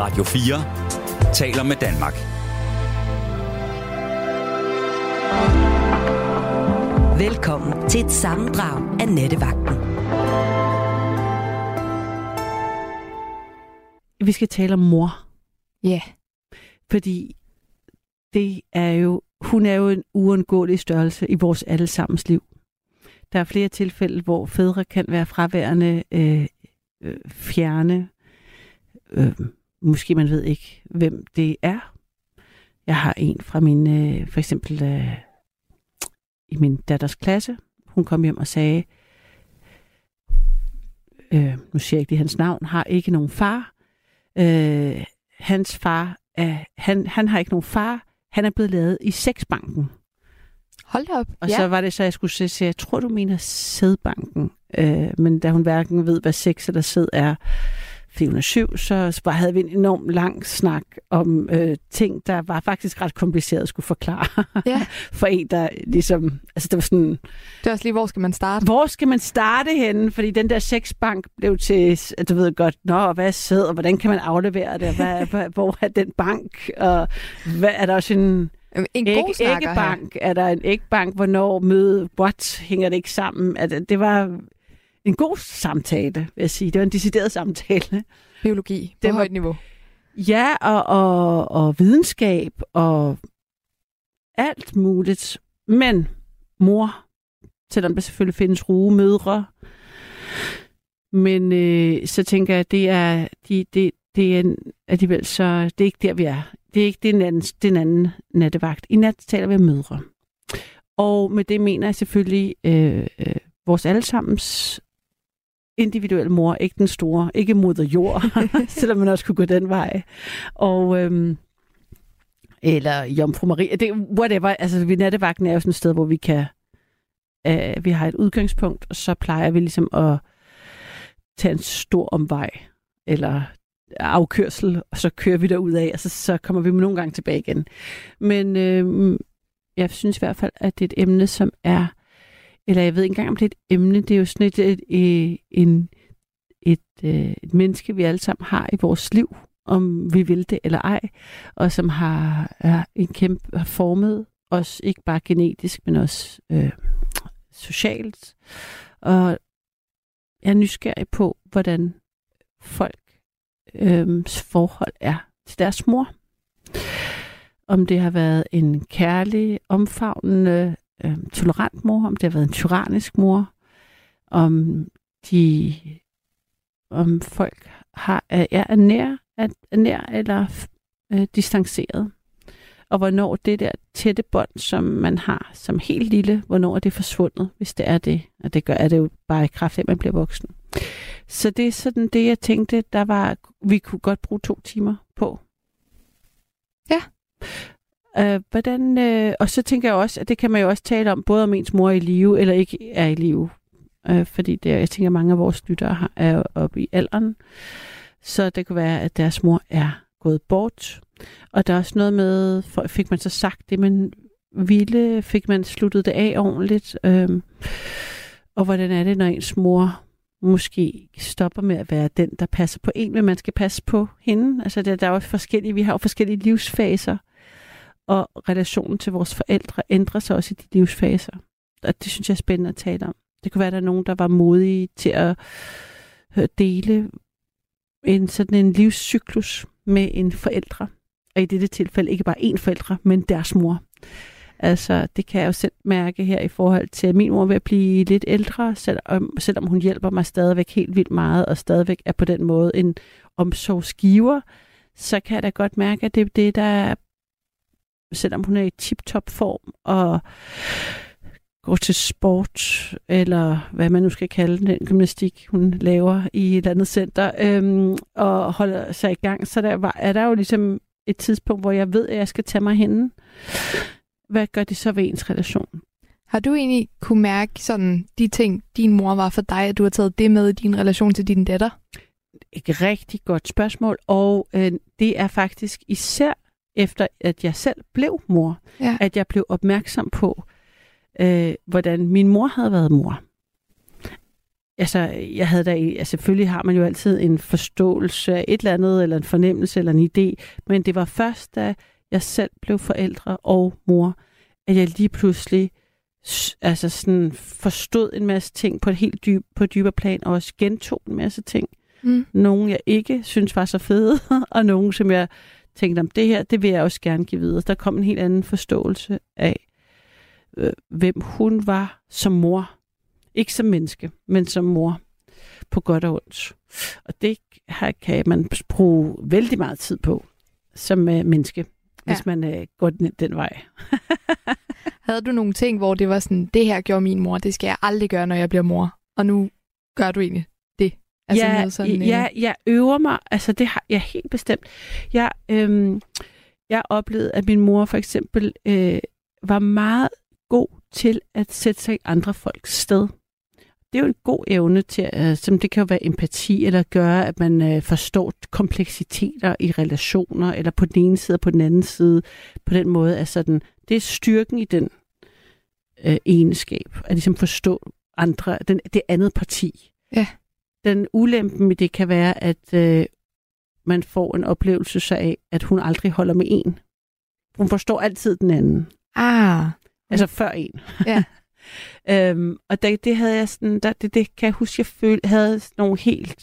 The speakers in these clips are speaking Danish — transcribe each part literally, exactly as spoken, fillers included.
Radio fire taler med Danmark. Velkommen til et sammendrag af Nattevagten. Vi skal tale om mor. Ja. Yeah. Fordi det er jo, hun er jo en uundgåelig størrelse i vores allesammens liv. Der er flere tilfælde, hvor fædre kan være fraværende, øh, øh, fjerne. Øh, måske man ved ikke, hvem det er. Jeg har en fra min, øh, for eksempel øh, i min datters klasse. Hun kom hjem og sagde, øh, nu siger jeg ikke det, hans navn, har ikke nogen far. Øh, hans far, er, han, han har ikke nogen far. Han er blevet lavet i sexbanken. Hold da op. Og ja. så var det så, jeg skulle sige, jeg tror, du mener sædbanken. Øh, men da hun hverken ved, hvad sex eller sæd er, fire hundrede og syv, så bare havde vi en enorm lang snak om øh, ting, der var faktisk ret kompliceret at skulle forklare. Ja. For en, der ligesom, altså det var sådan... Det er også lige, hvor skal man starte? Hvor skal man starte henne? Fordi den der sexbank blev til, du ved godt, nå, hvad er sæd, og hvordan kan man aflevere det? Hvad, hvad, hvor er den bank? Og hvad, er der også en... En Æg, god snakker æggebank. her. Er der en ægbank? Hvornår møde? What? Hænger det ikke sammen? At det var en god samtale, vil jeg sige. Det var en decideret samtale. Biologi på det var, højt niveau. Ja, og, og, og videnskab og alt muligt. Men mor, selvom der selvfølgelig findes rugemødre, men øh, så tænker jeg, at det er, de, det, det er alligevel så, det er ikke der, vi er. Det er ikke det er en anden, det er en anden nattevagt. I nat taler vi om mødre. Og med det mener jeg selvfølgelig øh, øh, vores allesammens individuelle mor, ikke den store, ikke moder jord, selvom man også kunne gå den vej. Og, øhm, eller Jomfru Maria, det, whatever. Altså, vi nattevagten er jo sådan et sted, hvor vi kan, øh, vi har et udgangspunkt, og så plejer vi ligesom at tage en stor omvej, eller afkørsel, og så kører vi derudad, og så, så kommer vi nogle gange tilbage igen. Men øh, jeg synes i hvert fald, at det er et emne, som er, eller jeg ved ikke engang, om det er et emne, det er jo sådan et, et, et, en, et, et, et menneske, vi alle sammen har i vores liv, om vi vil det eller ej, og som har, er en kæmpe, har formet os, ikke bare genetisk, men også øh, socialt. Og jeg er nysgerrig på, hvordan folk øh, forhold er til deres mor. Om det har været en kærlig, omfavnende, øh, tolerant mor, om det har været en tyrannisk mor, om de, om folk har, er, er nær, er, er nær eller øh, distanceret. Og hvornår det der tætte bånd, som man har som helt lille, hvornår er det forsvundet, hvis det er det. Og det gør er det jo bare i kraft af, at man bliver voksen. Så det er sådan det, jeg tænkte, der var, vi kunne godt bruge to timer på. Ja. Øh, hvordan, øh, og så tænker jeg også, at det kan man jo også tale om, både om ens mor er i live, eller ikke er i live. Øh, fordi det, jeg tænker, at mange af vores lyttere har, er oppe i alderen. Så det kunne være, at deres mor er gået bort. Og der er også noget med, for, fik man så sagt det, man ville, fik man sluttet det af ordentligt. Øh, og hvordan er det, når ens mor måske stopper med at være den, der passer på en, men man skal passe på hende. Altså der, der er jo forskellige, vi har jo forskellige livsfaser, og relationen til vores forældre ændrer sig også i de livsfaser. Og det synes jeg er spændende at tale om. Det kunne være, at der er nogen, der var modige til at dele en sådan en livscyklus med en forældre. Og i dette tilfælde ikke bare én forældre, men deres mor. Altså, det kan jeg jo selv mærke her i forhold til, at min mor er ved at blive lidt ældre, selvom, selvom hun hjælper mig stadigvæk helt vildt meget, og stadigvæk er på den måde en omsorgsgiver, så kan jeg da godt mærke, at det er det, der er, selvom hun er i tip-top form, og går til sport, eller hvad man nu skal kalde den gymnastik, hun laver i et eller andet center, øhm, og holder sig i gang, så der var, er der jo ligesom et tidspunkt, hvor jeg ved, at jeg skal tage mig henne. Hvad gør det så ved ens relation? Har du egentlig kunne mærke sådan de ting, din mor var for dig, at du har taget det med i din relation til din datter? Et rigtig godt spørgsmål, og øh, det er faktisk især efter, at jeg selv blev mor, ja. at jeg blev opmærksom på, øh, hvordan min mor havde været mor. altså, jeg havde da, altså, selvfølgelig har man jo altid en forståelse af et eller andet, eller en fornemmelse, eller en idé, men det var først, da jeg selv blev forældre og mor, at jeg lige pludselig altså sådan forstod en masse ting på et helt dyb, på et dybere plan, og også gentog en masse ting. Mm. Nogle, jeg ikke synes var så fede, og nogle, som jeg tænkte om det her, det vil jeg også gerne give videre. Der kom en helt anden forståelse af, øh, hvem hun var som mor. Ikke som menneske, men som mor. På godt og ondt. Og det her kan man bruge vældig meget tid på, som øh, menneske, hvis ja. man øh, går den, den vej. Havde du nogle ting, hvor det var sådan, det her gjorde min mor, det skal jeg aldrig gøre, når jeg bliver mor, og nu gør du egentlig det? Altså ja, sådan, øh... ja, jeg øver mig, altså det har jeg helt bestemt. Jeg, øh, jeg oplevede, at min mor for eksempel øh, var meget god til at sætte sig i andre folks sted. Det er jo en god evne til, øh, som det kan jo være empati, eller gøre, at man øh, forstår kompleksiteter i relationer, eller på den ene side og på den anden side. På den måde er sådan, det er styrken i den øh, egenskab, at ligesom forstå andre, den, det andet parti. Ja. Den ulempen med det kan være, at øh, man får en oplevelse så af, at hun aldrig holder med en. Hun forstår altid den anden. Ah. Altså før en. Ja. øhm, og det, det havde jeg sådan, der, det, det kan jeg huske, jeg følte, havde sådan nogle helt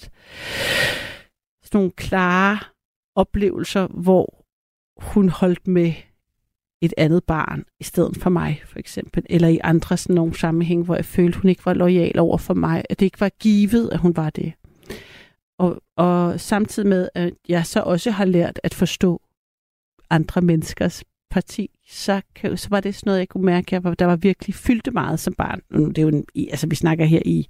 sådan nogle klare oplevelser, hvor hun holdt med et andet barn i stedet for mig, for eksempel. Eller i andre sådan nogle sammenhæng, hvor jeg følte, hun ikke var loyal over for mig. At det ikke var givet, at hun var det. Og, og samtidig med, at jeg så også har lært at forstå andre menneskers parti, så, kan, så var det sådan noget, jeg kunne mærke, at der var virkelig fyldte meget som barn. Det er jo en, altså, vi snakker her i,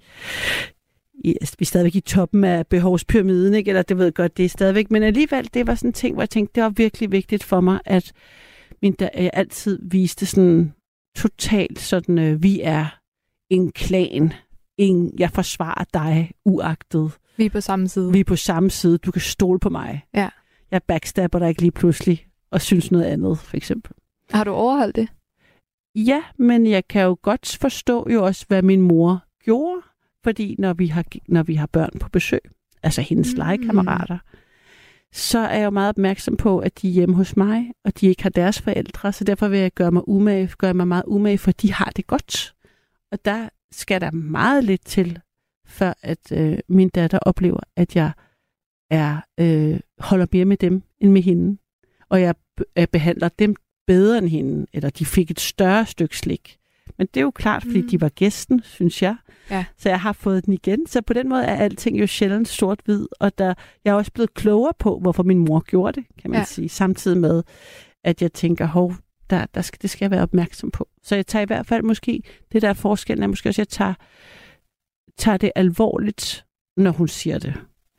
i vi er stadigvæk i toppen af behovspyramiden, ikke? Eller det ved jeg godt, det er stadigvæk, men alligevel, det var sådan en ting, hvor jeg tænkte, det var virkelig vigtigt for mig, at min, der, jeg altid viste sådan totalt sådan, øh, vi er en klan, en, jeg forsvarer dig uagtet. Vi er på samme side. Vi er på samme side, du kan stole på mig. Ja. Jeg backstabber dig ikke lige pludselig og synes noget andet, for eksempel. Har du overholdt det? Ja, men jeg kan jo godt forstå jo også, hvad min mor gjorde, fordi når vi har, når vi har børn på besøg, altså hendes mm. legekammerater, så er jeg jo meget opmærksom på, at de er hjemme hos mig, og de ikke har deres forældre, så derfor vil jeg gøre mig umage, gøre mig meget umage, for de har det godt. Og der skal der meget lidt til, før at øh, min datter oplever, at jeg er øh, holder mere med dem, end med hende. Og jeg øh, behandler dem bedre end hende, eller de fik et større stykke slik. Men det er jo klart, fordi mm. de var gæsten, synes jeg. Ja. Så jeg har fået den igen. Så på den måde er alting jo sjældent sort-hvid. Og der, jeg er også blevet klogere på, hvorfor min mor gjorde det, kan man ja. sige. Samtidig med, at jeg tænker, hov, der, der skal, det skal jeg være opmærksom på. Så jeg tager i hvert fald måske, det der er forskellen, er måske også, at jeg tager, tager det alvorligt, når hun siger det.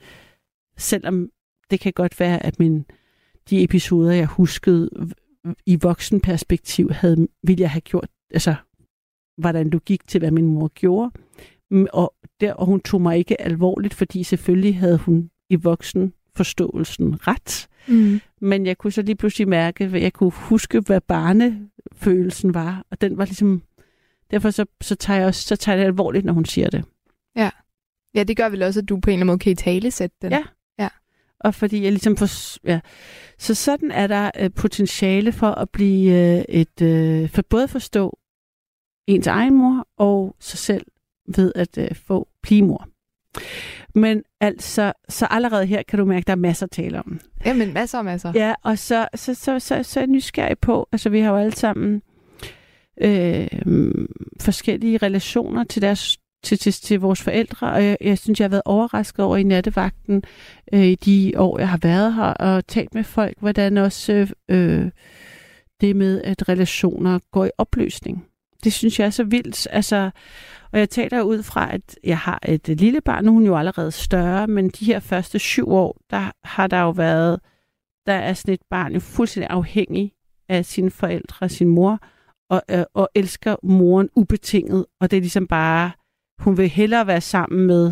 Selvom det kan godt være, at min, de episoder, jeg huskede i voksenperspektiv, havde, ville jeg have gjort, altså var der en logik til, hvad min mor gjorde. Og, der, og hun tog mig ikke alvorligt, fordi selvfølgelig havde hun i voksen forståelsen ret. Mm. Men jeg kunne så lige pludselig mærke, at jeg kunne huske, hvad barnefølelsen var. Og den var ligesom, derfor så, så, tager jeg også, så tager jeg det alvorligt, når hun siger det. Ja. Ja, det gør vel også, at du på en eller anden måde kan i tale sætte den. Ja. Ja. Og fordi jeg ligesom får, ja. Så sådan er der øh, potentiale for at blive øh, et, øh, for både forstå ens egen mor og sig selv ved at øh, få blive mor. Men altså, så allerede her kan du mærke, at der er masser at tale om. Jamen, masser og masser. Ja, og så, så, så, så, så er jeg nysgerrig på, altså vi har jo alle sammen øh, forskellige relationer til deres Til, til, til vores forældre, og jeg, jeg synes, jeg har været overrasket over i nattevagten øh, i de år, jeg har været her, og talt med folk, hvordan også øh, det med, at relationer går i opløsning. Det synes jeg er så vildt. Altså, og jeg taler ud fra, at jeg har et lille barn, nu er hun jo allerede større, men de her første syv år, der har der jo været, der er sådan et barn jo fuldstændig afhængig af sine forældre, sin mor, og, øh, og elsker moren ubetinget, og det er ligesom bare hun vil hellere være sammen med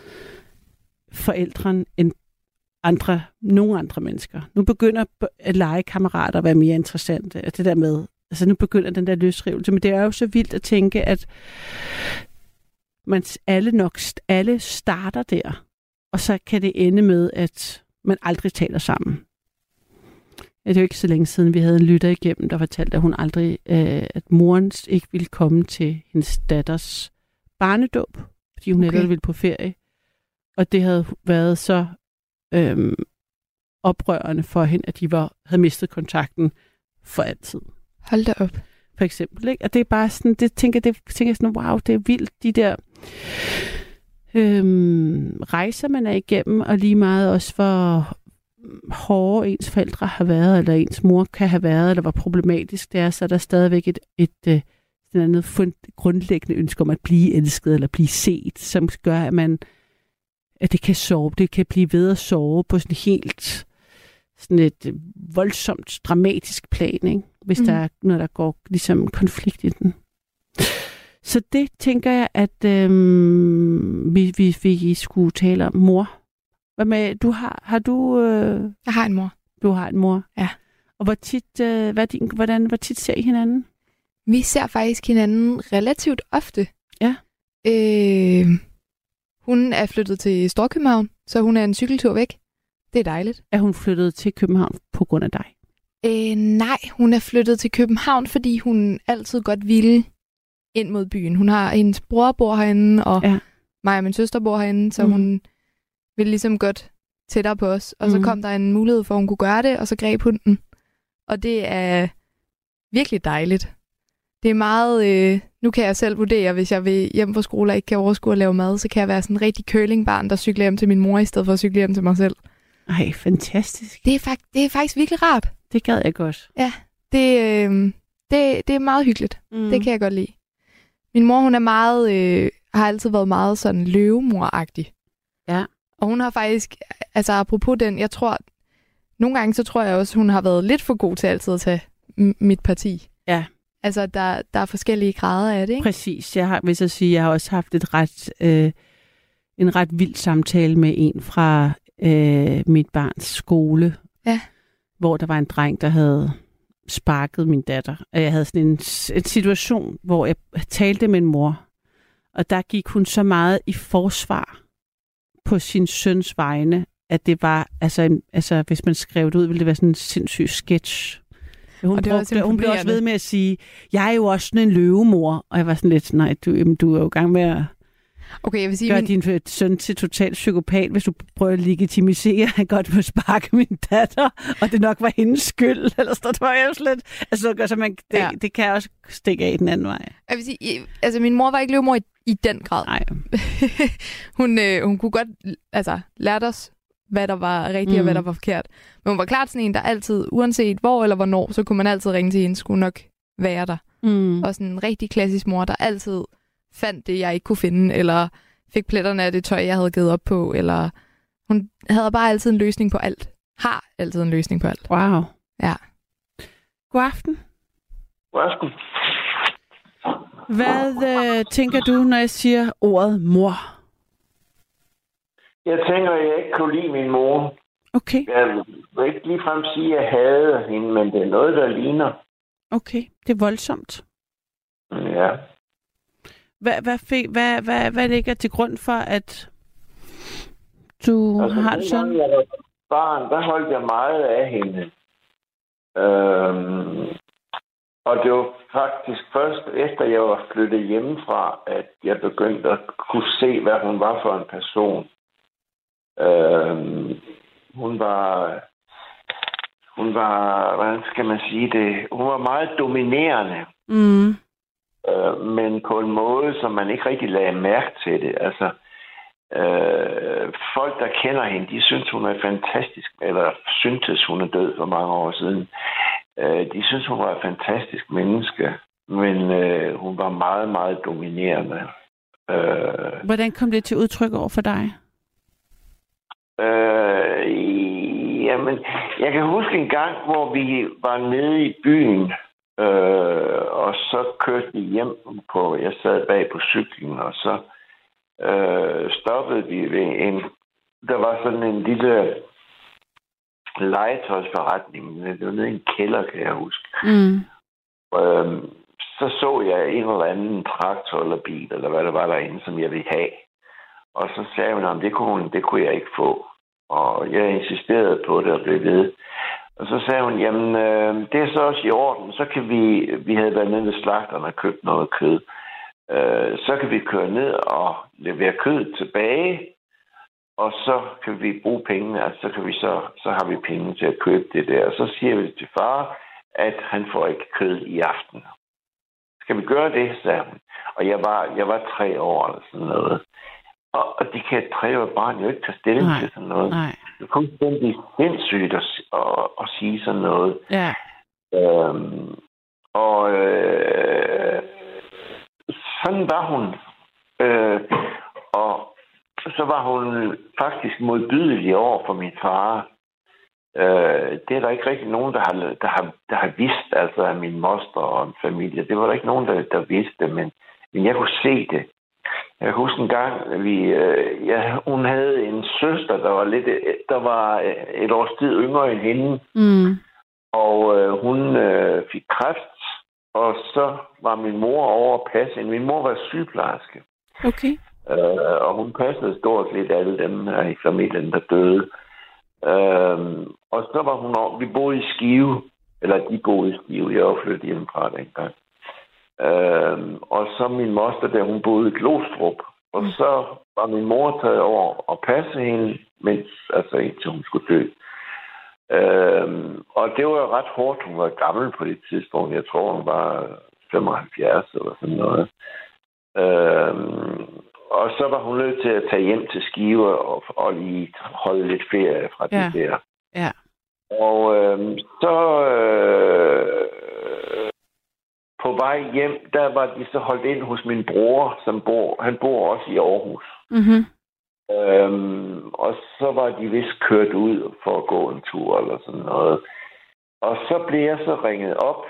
forældrene end andre, nogle andre mennesker. Nu begynder at legekammerater at være mere interessante. Det der med, altså nu begynder den der løsrivelse. Men det er jo så vildt at tænke, at man alle nok alle starter der, og så kan det ende med, at man aldrig taler sammen. Det er jo ikke så længe siden, vi havde en lytter igennem, der fortalte, at hun aldrig, øh, at moren ikke ville komme til hendes datters barnedåb, fordi hun okay. netop ville på ferie. Og det havde været så øhm, oprørende for hende, at de var, havde mistet kontakten for altid. Hold da op. For eksempel, ikke? Og det er bare sådan, det tænker, det tænker jeg sådan, wow, det er vildt, de der øhm, rejser, man er igennem, og lige meget også for hårde ens forældre har været, eller ens mor kan have været, eller hvor problematisk det er, så er der stadigvæk et, et, et, et andet fund, grundlæggende ønske om at blive elsket, eller blive set, som gør, at man at det kan sove, det kan blive ved at sove på sådan helt sådan et voldsomt, dramatisk plan, ikke? Hvis mm. der er noget, der går ligesom konflikt i den. Så det tænker jeg, at øhm, vi, vi, vi skulle tale om mor. Hvad med, du har, har du... Øh, jeg har en mor. Du har en mor? Ja. Og hvor tit, øh, hvad din, hvordan, hvor tit ser I hinanden? Vi ser faktisk hinanden relativt ofte. Ja. Øh, hun er flyttet til Storkøbenhavn, så hun er en cykeltur væk. Det er dejligt. Er hun flyttet til København på grund af dig? Øh, nej, hun er flyttet til København, fordi hun altid godt ville ind mod byen. Hun har, hendes bror bor herinde, og ja. mig og min søster bor herinde, så mm. hun vil ligesom godt tættere på os. Og mm. så kom der en mulighed for, at hun kunne gøre det, og så greb hun den. Og det er virkelig dejligt. Det er meget... Øh, nu kan jeg selv vurdere, hvis jeg vil hjem fra skole og ikke kan overskue at lave mad, så kan jeg være sådan en rigtig curlingbarn, der cykler hjem til min mor, i stedet for at cykle hjem til mig selv. Ej, fantastisk. Det er, fakt- det er faktisk virkelig rart. Det gad jeg godt. Ja, det, øh, det, det er meget hyggeligt. Mm. Det kan jeg godt lide. Min mor, hun er meget, øh, har altid været meget sådan løvemor-agtig. Ja. Og hun har faktisk, altså apropos den, jeg tror, nogle gange så tror jeg også, hun har været lidt for god til altid at tage m- mit parti. Ja. Altså, der, der er forskellige grader af det, ikke? Præcis. Jeg har, hvis jeg sige, jeg har også haft et ret, øh, en ret vild samtale med en fra øh, mit barns skole, ja. hvor der var en dreng, der havde sparket min datter. Og jeg havde sådan en, en situation, hvor jeg talte med en mor, og der gik hun så meget i forsvar på sin søns vegne, at det var, altså, en, altså hvis man skrev det ud, ville det være sådan en sindssyg sketch. Hun, brugte, hun blev også ved med at sige, jeg er jo også sådan en løvemor. Og jeg var sådan lidt, nej, du, jamen, du er jo i gang med at okay, jeg vil sige, gøre min... din søn til total psykopat, hvis du prøver at legitimisere, at jeg godt vil sparke min datter, og det nok var hendes skyld. Eller sådan, det var jeg jo slet. Altså, så man, det, ja. det kan også stikke af den anden vej. Jeg vil sige, altså min mor var ikke løvemor i, i den grad. Nej. hun, øh, hun kunne godt, altså, lærte os, hvad der var rigtigt mm. og hvad der var forkert. Men hun var klart sådan en, der altid, uanset hvor eller hvornår, så kunne man altid ringe til hende, skulle nok være der. Mm. Og sådan en rigtig klassisk mor, der altid fandt det, jeg ikke kunne finde, eller fik pletterne af det tøj, jeg havde givet op på, eller hun havde bare altid en løsning på alt. Har altid en løsning på alt. Wow. Ja. God aften. God aften. Hvad øh, tænker du, når jeg siger ordet mor? Jeg tænker, at jeg ikke kunne lide min mor. Okay. Jeg vil ikke ligefrem sige, at jeg hader hende, men det er noget, der ligner. Okay, det er voldsomt. Ja. Hvad, hvad, fik, hvad, hvad, hvad ligger til grund for, at du altså, har det sådan? Da jeg var barn, der holdt jeg meget af hende. Øhm, og det var faktisk først efter, jeg var flyttet hjemmefra, at jeg begyndte at kunne se, hvad hun var for en person. Øhm, hun var... Hun var, hvordan skal man sige det? Hun var meget dominerende. Mm. Øh, men på en måde, som man ikke rigtig lagde mærke til det. Altså, øh, folk, der kender hende, de synes, hun er fantastisk, eller syntes, hun er død for mange år siden. Øh, de synes, hun var et fantastisk menneske, men øh, hun var meget, meget dominerende. Øh, Hvordan kom det til udtryk over for dig? Øh, jamen, jeg kan huske en gang, hvor vi var nede i byen, øh, og så kørte vi hjem på, jeg sad bag på cyklen, og så øh, stoppede vi ved en, der var sådan en lille legetøjsforretning, det var nede i en kælder, kan jeg huske. Mm. Øh, så så jeg en eller anden traktor eller bil, eller hvad det var derinde, som jeg ville have. Og så sagde hun, at det kunne, det kunne jeg ikke få. Og jeg insisterede på det og blev ved. Og så sagde hun, jamen, øh, det er så også i orden. Så kan vi, vi havde været nede ved slagteren og købt noget kød. Øh, så kan vi køre ned og levere kød tilbage. Og så kan vi bruge pengene. Altså, så, kan vi så, så har vi penge til at købe det der. Og så siger vi til far, at han får ikke kød i aften. Skal vi gøre det, sagde hun. Og jeg var, jeg var tre år eller sådan noget. Og, og de kan tre år barn jo ikke tage stilling nej, til sådan noget. Nej. Det er fuldstændig sindssygt at, at, at sige sådan noget. Ja. Øhm, og øh, sådan var hun. Øh, og så var hun faktisk modbydelig over for min far. Øh, det er der ikke rigtig nogen, der har, der har, der har vidst, altså af min moster og en familie. Det var der ikke nogen, der, der vidste, men, men jeg kunne se det. Jeg kan huske en gang, vi, øh, ja, hun havde en søster, der var lidt, der var et års tid yngre end hende. Mm. Og øh, hun øh, fik kræft, og så var min mor over at passe hende. Min mor var sygeplejerske. Okay. Øh, og hun passede stort set alle dem her i familien, der døde. Øh, og så var hun over, vi boede i Skive, eller de boede i Skive, jeg var flyttet hjemmefra dengang. Øhm, og så min moster, der hun boede i Glostrup. Og mm. så var min mor taget over og passe hende, mens, altså indtil hun skulle dø. Øhm, og det var ret hårdt. Hun var gammel på det tidspunkt. Jeg tror, hun var femoghalvfjerds eller sådan noget. Øhm, og så var hun nødt til at tage hjem til Skive og, og lige holde lidt ferie fra ja. det der. Ja. Og øhm, så... Øh, På vej hjem, der var de så holdt ind hos min bror, som bor, han bor også i Aarhus. Mm-hmm. Øhm, og så var de vist kørt ud for at gå en tur eller sådan noget. Og så blev jeg så ringet op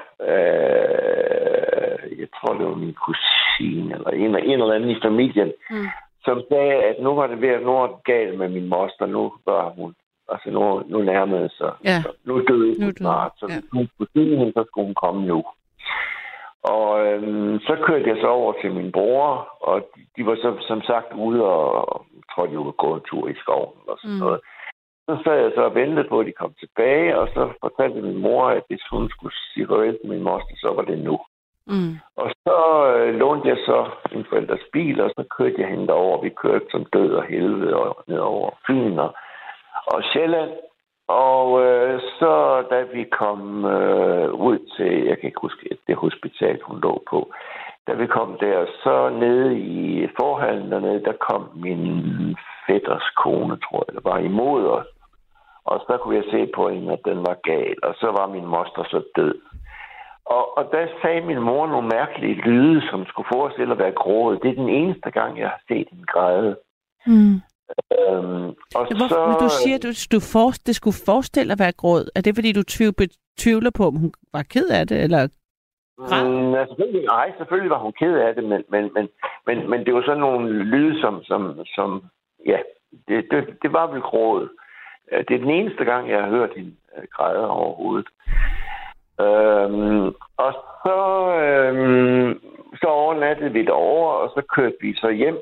af, jeg tror det var min kusine, eller en, en eller anden i familien, mm. som sagde, at nu var det ved at nå galt med min moster, nu var hun, altså nu, nu nærmede sig. Ja. Nu døde hun snart, så hvis hun skulle se hende, så skulle hun komme nu. Og øhm, så kørte jeg så over til min bror, og de, de var så som sagt ude og, og tror de ville gå en tur i skoven og sådan mm. noget. Så sad jeg så og ventede på, at de kom tilbage, og så fortalte min mor, at hvis hun skulle sige farvel til min moster, så var det nu. Mm. Og så øh, lånte jeg så en forældres bil, og så kørte jeg hende derover. Vi kørte som død og helvede og ned over Fyn og, og Sjælland. Og øh, så da vi kom øh, ud til, jeg kan ikke huske det hospital, hun lå på, da vi kom der, så nede i forhallen dernede, der kom min fætters kone, tror jeg, der var imod os. Og så kunne jeg se på hende, at den var gal, og så var min moster så død. Og, og der sagde min mor nogle mærkelige lyde, som skulle forestille at være grådet. Det er den eneste gang, jeg har set hende græde. Mm. Øhm, og Hvorfor, så, du siger, at du, du for, det skulle forestille at være gråd. Er det, fordi du tvivler på, om hun var ked af det, eller mm, altså, selvfølgelig, nej, selvfølgelig var hun ked af det, men, men, men, men, men det var sådan nogle lyde, som, som, som ja, det, det, det var vel gråd. Det er den eneste gang, jeg har hørt hende græde overhovedet. Øhm, og så, øhm, så overnattede vi derovre, og så kørte vi så hjem.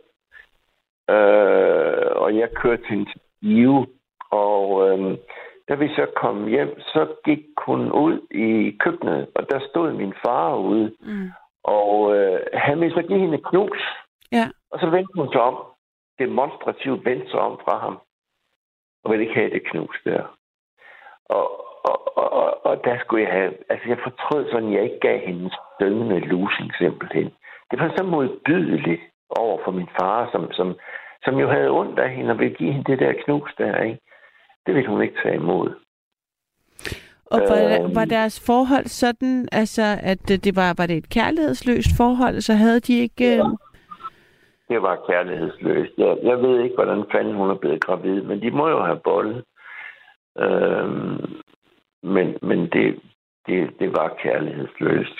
Øh, og jeg kørte hende til Skive, og øh, da vi så kom hjem, så gik hun ud i køkkenet, og der stod min far ude, mm. og øh, han ville så give hende knus, ja. Og så vendte hun sig om, demonstrativt vendte sig om fra ham, og ville ikke have det knus der. Og, og, og, og, og der skulle jeg have, altså jeg fortrød sådan, jeg ikke gav hende stønnende lusing simpelthen. Det var så modbydeligt over for min far, som, som, som jo havde ondt af hende og ville give hende det der knus der, ikke? Det ville hun ikke tage imod. Og var, øhm, var deres forhold sådan, altså, at det var, var det et kærlighedsløst forhold, så havde de ikke... Ja, det var kærlighedsløst. Jeg, jeg ved ikke, hvordan fanden hun er blevet gravid, men de må jo have bollet. Øhm, men men det, det, det var kærlighedsløst.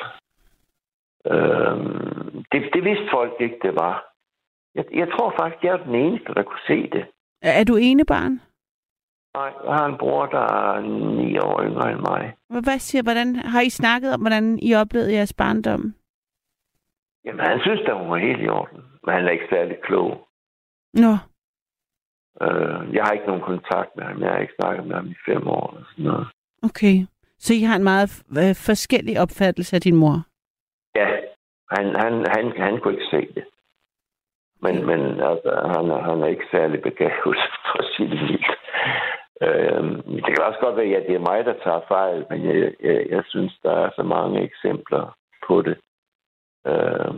Øhm, det, det vidste folk ikke, det var. Jeg, jeg tror faktisk, jeg er den eneste, der kunne se det. Er du enebarn? Nej, jeg har en bror, der er ni år yngre end mig. Hvad siger, hvordan har I snakket om, hvordan I oplevede jeres barndom? Jamen, han synes, at hun var helt i orden. Men han er ikke særlig klog. Nå. Øh, jeg har ikke nogen kontakt med ham. Jeg har ikke snakket med ham i fem år. Eller sådan noget. Okay. Så I har en meget øh, forskellig opfattelse af din mor? Ja. Han, han, han, han kunne ikke se det. Men, men altså, han, er, han er ikke særlig begavet for at sige det vildt. Øh, det kan også godt være, at det er mig, der tager fejl, men jeg, jeg, jeg synes, der er så mange eksempler på det. Øh,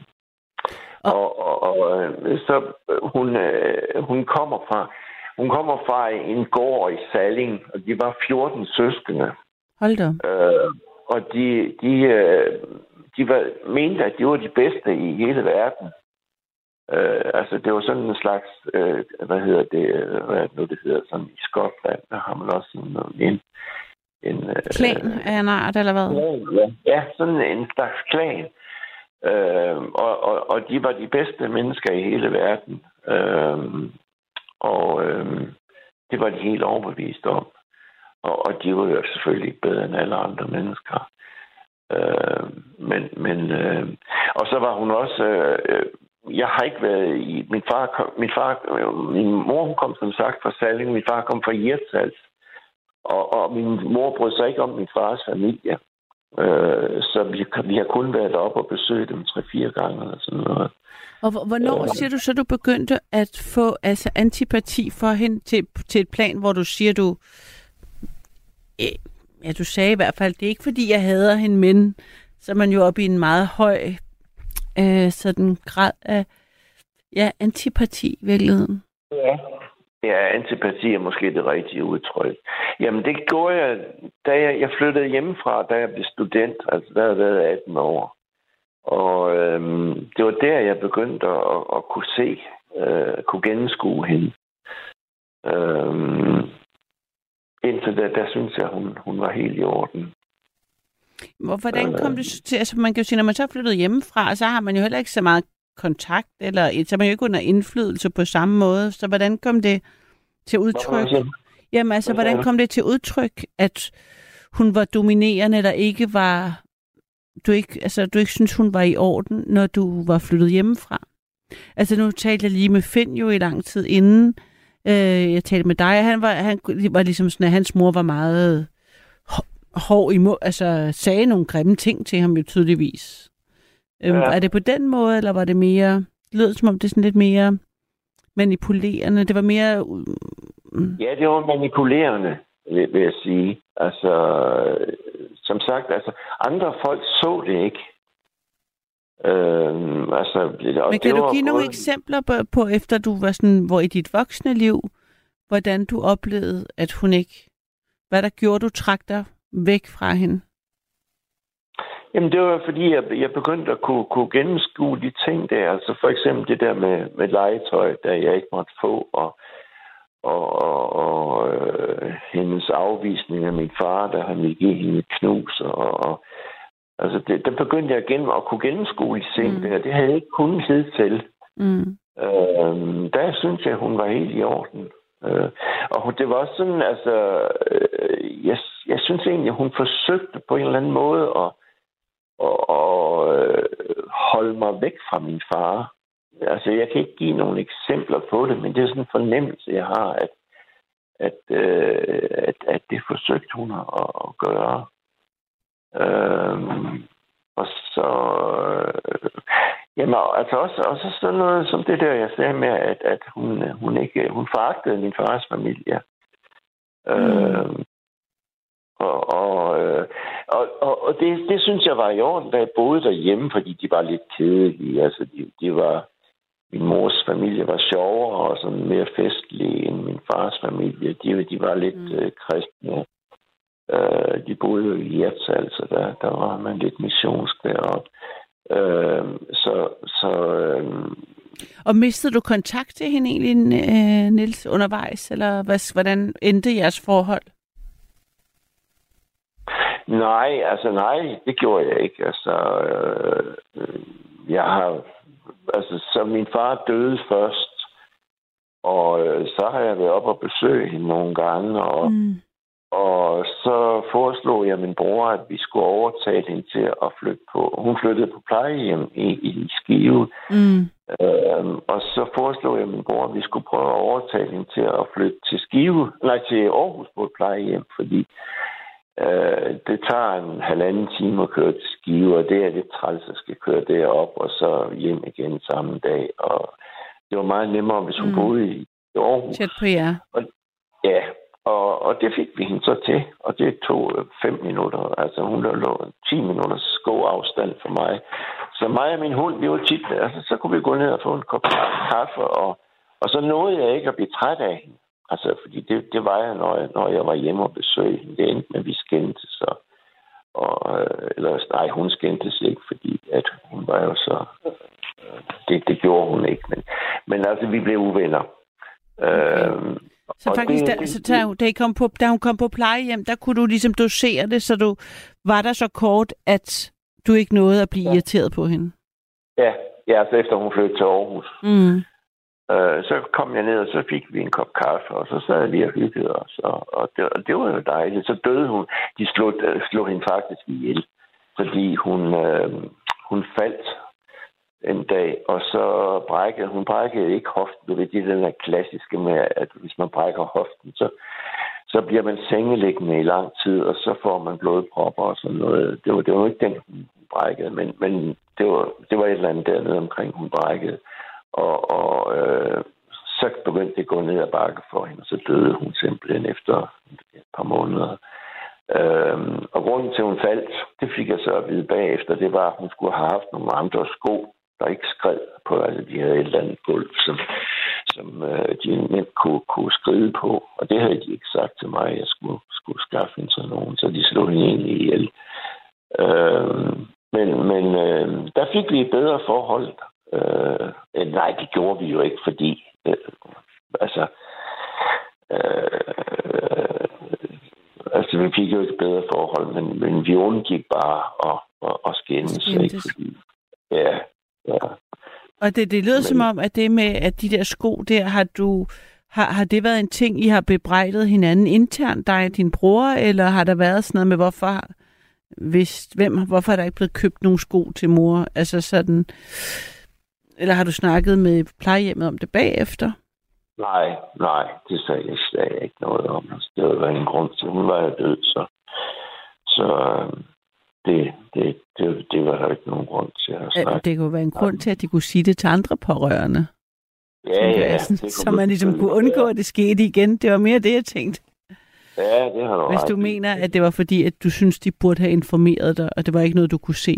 og, og, og så hun, hun kommer fra hun kommer fra en gård i Salling, og de var fjorten søskende. Hold da. Øh, og de, de, de var, mente, at de var de bedste i hele verden. Øh, altså, det var sådan en slags, øh, hvad hedder det, hvad er det nu, det hedder, sådan i Skotland, der har man også sådan en... en klan øh, af en art, eller hvad? Ja, ja, sådan en slags klan. Øh, og, og, og de var de bedste mennesker i hele verden. Øh, og øh, det var de helt overbevist om. Og, og de var jo selvfølgelig ikke bedre end alle andre mennesker. Øh, men, men øh, og så var hun også... Øh, jeg har ikke været i... Min far, kom, min, far, min mor hun kom som sagt fra Salling. Min far kom fra Hirtshals. Og, og min mor brød sig ikke om min fars familie. Øh, så vi, vi har kun været oppe og besøgt dem tre-fire gange eller sådan noget. Og hvornår øh, siger du så, du begyndte at få altså, antipati for hende til, til et plan, hvor du siger, du... Øh, ja, du sagde i hvert fald, det er ikke fordi, jeg hader hende, men så er man jo oppe i en meget høj øh, sådan grad af ja, antipati i virkeligheden. Ja. Ja, antipati er måske det rigtige udtryk. Jamen, det gjorde jeg, da jeg, jeg flyttede hjemmefra, da jeg blev student. Altså, der havde jeg været atten år. Og øhm, det var der, jeg begyndte at, at kunne se, øh, kunne gennemskue hende. Øhm, indtil da, der synes jeg, hun, hun var helt i orden. Hvordan kom det til, altså man kan jo sige, når man så er flyttet hjemmefra, så har man jo heller ikke så meget kontakt, eller så er man jo ikke under indflydelse på samme måde. Så hvordan kom det til udtryk? Jamen altså, hvordan kom det til udtryk, at hun var dominerende, eller ikke var... Du ikke, altså, du ikke synes, hun var i orden, når du var flyttet hjemmefra? Altså, nu talte jeg lige med Finn jo i lang tid inden. Øh, jeg talte med dig, han var, han var ligesom sådan, at hans mor var meget hård imod, altså sagde nogle grimme ting til ham jo tydeligvis. Ja. Øhm, er det på den måde, eller var det mere... Det lød som om det er sådan lidt mere manipulerende. Det var mere... Mm. Ja, det var manipulerende, vil, vil jeg sige. Altså, som sagt, altså, andre folk så det ikke. Øhm, altså, Men kan du give nogle både... eksempler på, på, efter du var sådan, hvor i dit voksne liv, hvordan du oplevede, at hun ikke... Hvad der gjorde, du trak dig væk fra hende? Jamen, det var fordi, jeg, jeg begyndte at kunne, kunne gennemskue de ting der. Altså for eksempel det der med, med legetøj, der jeg ikke måtte få, og, og, og, og øh, hendes afvisning af min far, der han ville give hende et knus. Og, og, altså, det, der begyndte jeg igen at kunne gennemskue de ting mm. der. Det havde jeg ikke kunnet hidtil. Mm. Øh, der synes jeg, hun var helt i orden. Øh, og det var også sådan, altså, øh, jeg, jeg synes egentlig, at hun forsøgte på en eller anden måde at og, og øh, holde mig væk fra min far. Altså, jeg kan ikke give nogle eksempler på det, men det er sådan en fornemmelse, jeg har, at, at, øh, at, at det forsøgte hun at, at gøre. Øhm, og så... Øh, jamen, altså også, også sådan noget som det der, jeg sagde med, at, at hun, hun ikke... Hun foragtede min fars familie. Mm. Øhm, Og, og, og, og, og det, det synes jeg var i orden, da jeg boede derhjemme, fordi de var lidt kedelige. Altså, de, de var, min mors familie var sjovere og sådan mere festlige end min fars familie. De, de var lidt mm. øh, kristne. Øh, de boede jo i Hirtshals, så der, der var man lidt missionsk deroppe. Øh, så... så øh, og mistede du kontakt til hende egentlig, øh, Niels, undervejs? Eller hvad, hvordan endte jeres forhold? Nej, altså nej, det gjorde jeg ikke. Altså, øh, jeg har, altså, så min far døde først, og øh, så har jeg været op og besøge hende nogle gange, og, mm. Og så foreslog jeg min bror, at vi skulle overtale hende til at flytte på. Hun flyttede på plejehjem i, i Skive. Mm. Øhm, og så foreslog jeg min bror, at vi skulle prøve at overtale hende til at flytte til Skive, nej, til Aarhus på et plejehjem, fordi øh, det tager en halvanden time at køre til Skive, og det er lidt træls at skal køre derop og så hjem igen samme dag. Og det var meget nemmere, hvis hun mm. boede i Aarhus. Tæt på jer. Og, ja, Og, og det fik vi hende så til, og det tog fem minutter. Altså hun lå ti minutters gåafstand for mig. Så mig og min hund, vi var tit, altså så kunne vi gå ned og få en kop kaffe, og, og så nåede jeg ikke at blive træt af hende. Altså, fordi det, det var jeg, når jeg, når jeg var hjemme og besøgte hende. Det endte med, at vi skændtes. Så, og, eller nej, hun skændtes ikke, fordi at hun var jo så... Det, det gjorde hun ikke, men, men altså, vi blev uvenner. Okay. Øhm, Så faktisk, det, da, så da, da, I kom på, da hun kom på plejehjem, der kunne du ligesom dosere det, så du var der så kort, at du ikke nåede at blive ja. irriteret på hende? Ja, ja, altså efter hun flyttede til Aarhus. Mm. Øh, så kom jeg ned, og så fik vi en kop kaffe, og så sad vi og hyggede os, og, og, det, og det var jo dejligt. Så døde hun. De slog, slog hende faktisk ihjel, fordi hun, øh, hun faldt en dag, og så brækkede hun brækkede ikke hoften. Det er den der klassiske med, at hvis man brækker hoften, så, så bliver man sengeliggende i lang tid, og så får man blodpropper og sådan noget. Det var, det var ikke den, hun brækkede, men, men det, var, det var et eller andet dernede omkring, hun brækkede. Og, og øh, så begyndte det at gå ned ad bakke for hende, og så døde hun simpelthen efter et par måneder. Øhm, og grunden til, at hun faldt, det fik jeg så at vide bagefter, det var, at hun skulle have haft nogle andre sko, der ikke skred på. Altså, de havde et eller andet gulv, som, som øh, de nemt kunne, kunne skride på. Og det havde de ikke sagt til mig, at jeg skulle, skulle skaffe hende sådan nogen, så de slog hende egentlig ihjel. Øhm, men men øh, der fik vi et bedre forhold. Øh, nej, det gjorde vi jo ikke, fordi øh, altså øh, altså vi fik jo ikke et bedre forhold, men, men vi undgik bare at, at, at skændes, ikke? Fordi, ja, ja. Og det, det lyder men, som om, at det med, at de der sko der, har du har, har det været en ting, I har bebrejdet hinanden internt, dig og din bror, eller har der været sådan noget med, hvorfor hvis, hvem, hvorfor er der ikke blevet købt nogle sko til mor? Altså sådan... Eller har du snakket med plejehjemmet om det bagefter? Nej, nej, det sagde jeg, sagde jeg ikke noget om. Det var en grund til, hun var jo død, så, så det, det, det, det var der ikke nogen grund til at snakke. Det kunne være en grund til, at de kunne sige det til andre pårørende. Ja, ja. Sådan, så man ligesom kunne undgå, at det skete igen. Det var mere det, jeg tænkte. Ja, det har du Hvis du ret. mener, at det var fordi, at du synes, de burde have informeret dig, og det var ikke noget, du kunne se.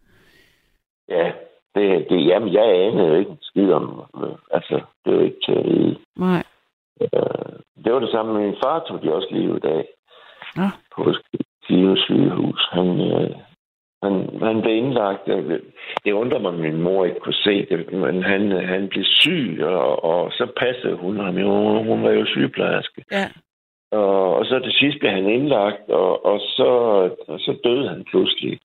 Ja, Det, det, jamen, jeg anede jo ikke en skid om, altså, det var ikke til at vide. Nej. Øh, det var det samme med min far, tog de også liv i dag. Ja. På Skive sygehus. Han, øh, han, han blev indlagt. Det undrer mig, at min mor ikke kunne se det, men han, han blev syg, og, og så passede hun ham jo. Hun var jo sygeplejerske. Ja. Og, og så til sidst blev han indlagt, og, og, så, og så døde han pludselig.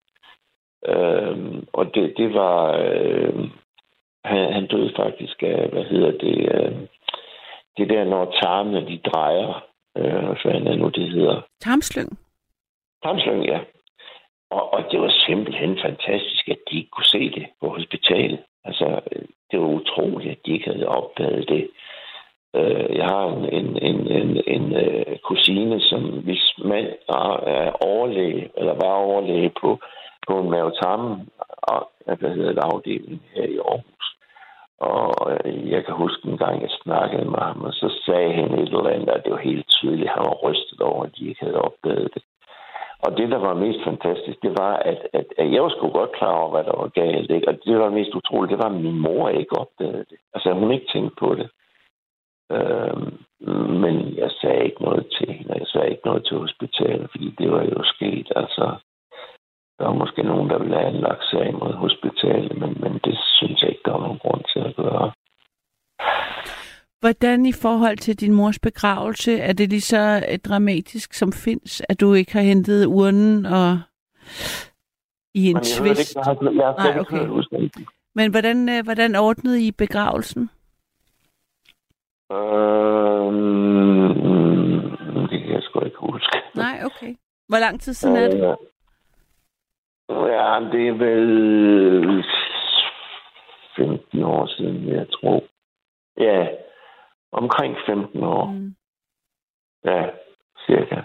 Øhm, og det, det var øh, han, han døde faktisk af, hvad hedder det øh, det der, når tarmene de drejer, øh, hvad fanden er nu det hedder? Tarmslyng. Tarmslyng, ja. Og, og det var simpelthen fantastisk, at de ikke kunne se det på hospitalet. Altså, det var utroligt, at de ikke havde opdaget det. Øh, jeg har en, en, en, en, en øh, kusine, som hvis mand er overlæge, eller var overlæge på på en mavetarmen, og hvad hedder det, afdeling her i Aarhus. Og jeg kan huske en gang, jeg snakkede med ham, og så sagde han et eller andet, at det var helt tydeligt, han var rystet over, at de ikke havde opdaget det. Og det, der var mest fantastisk, det var, at, at, at jeg var sgu godt klar over, hvad der var galt, ikke? Og det, der var mest utroligt, det var, at min mor ikke opdagede det. Altså, hun ikke tænkte på det. Øhm, men jeg sagde ikke noget til hende, og jeg sagde ikke noget til hospitalet, fordi det var jo sket, altså. Der var måske nogen, der ville have anlagt sag mod hospitalet, men, men det synes jeg ikke, der var nogen grund til at gøre. Hvordan i forhold til din mors begravelse, er det lige så dramatisk som findes, at du ikke har hentet urnen og i en tvist? Jeg har, jeg har Nej, okay. Men hvordan, hvordan ordnede I begravelsen? Øhm, det kan jeg sgu ikke huske. Nej, okay. Hvor lang tid siden er det? Ja, det er vel femten år siden, jeg tror. Ja, omkring femten år. Mm. Ja, cirka.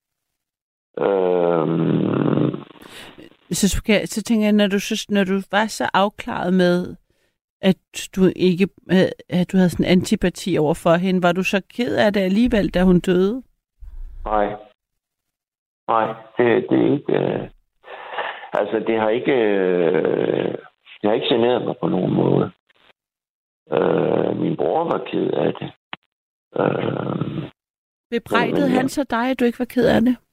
Øhm... Så, skal, så tænker jeg, når du, så, når du var så afklaret med, at du ikke at du havde sådan antipati over for hende, var du så ked af det alligevel, da hun døde? Nej. Nej, det, det er ikke... Øh... Altså, det har ikke... Øh... Det har ikke generet mig på nogen måde. Øh... Min bror var ked af det. Øh... Bebrejdede han så dig, at du ikke var ked af det?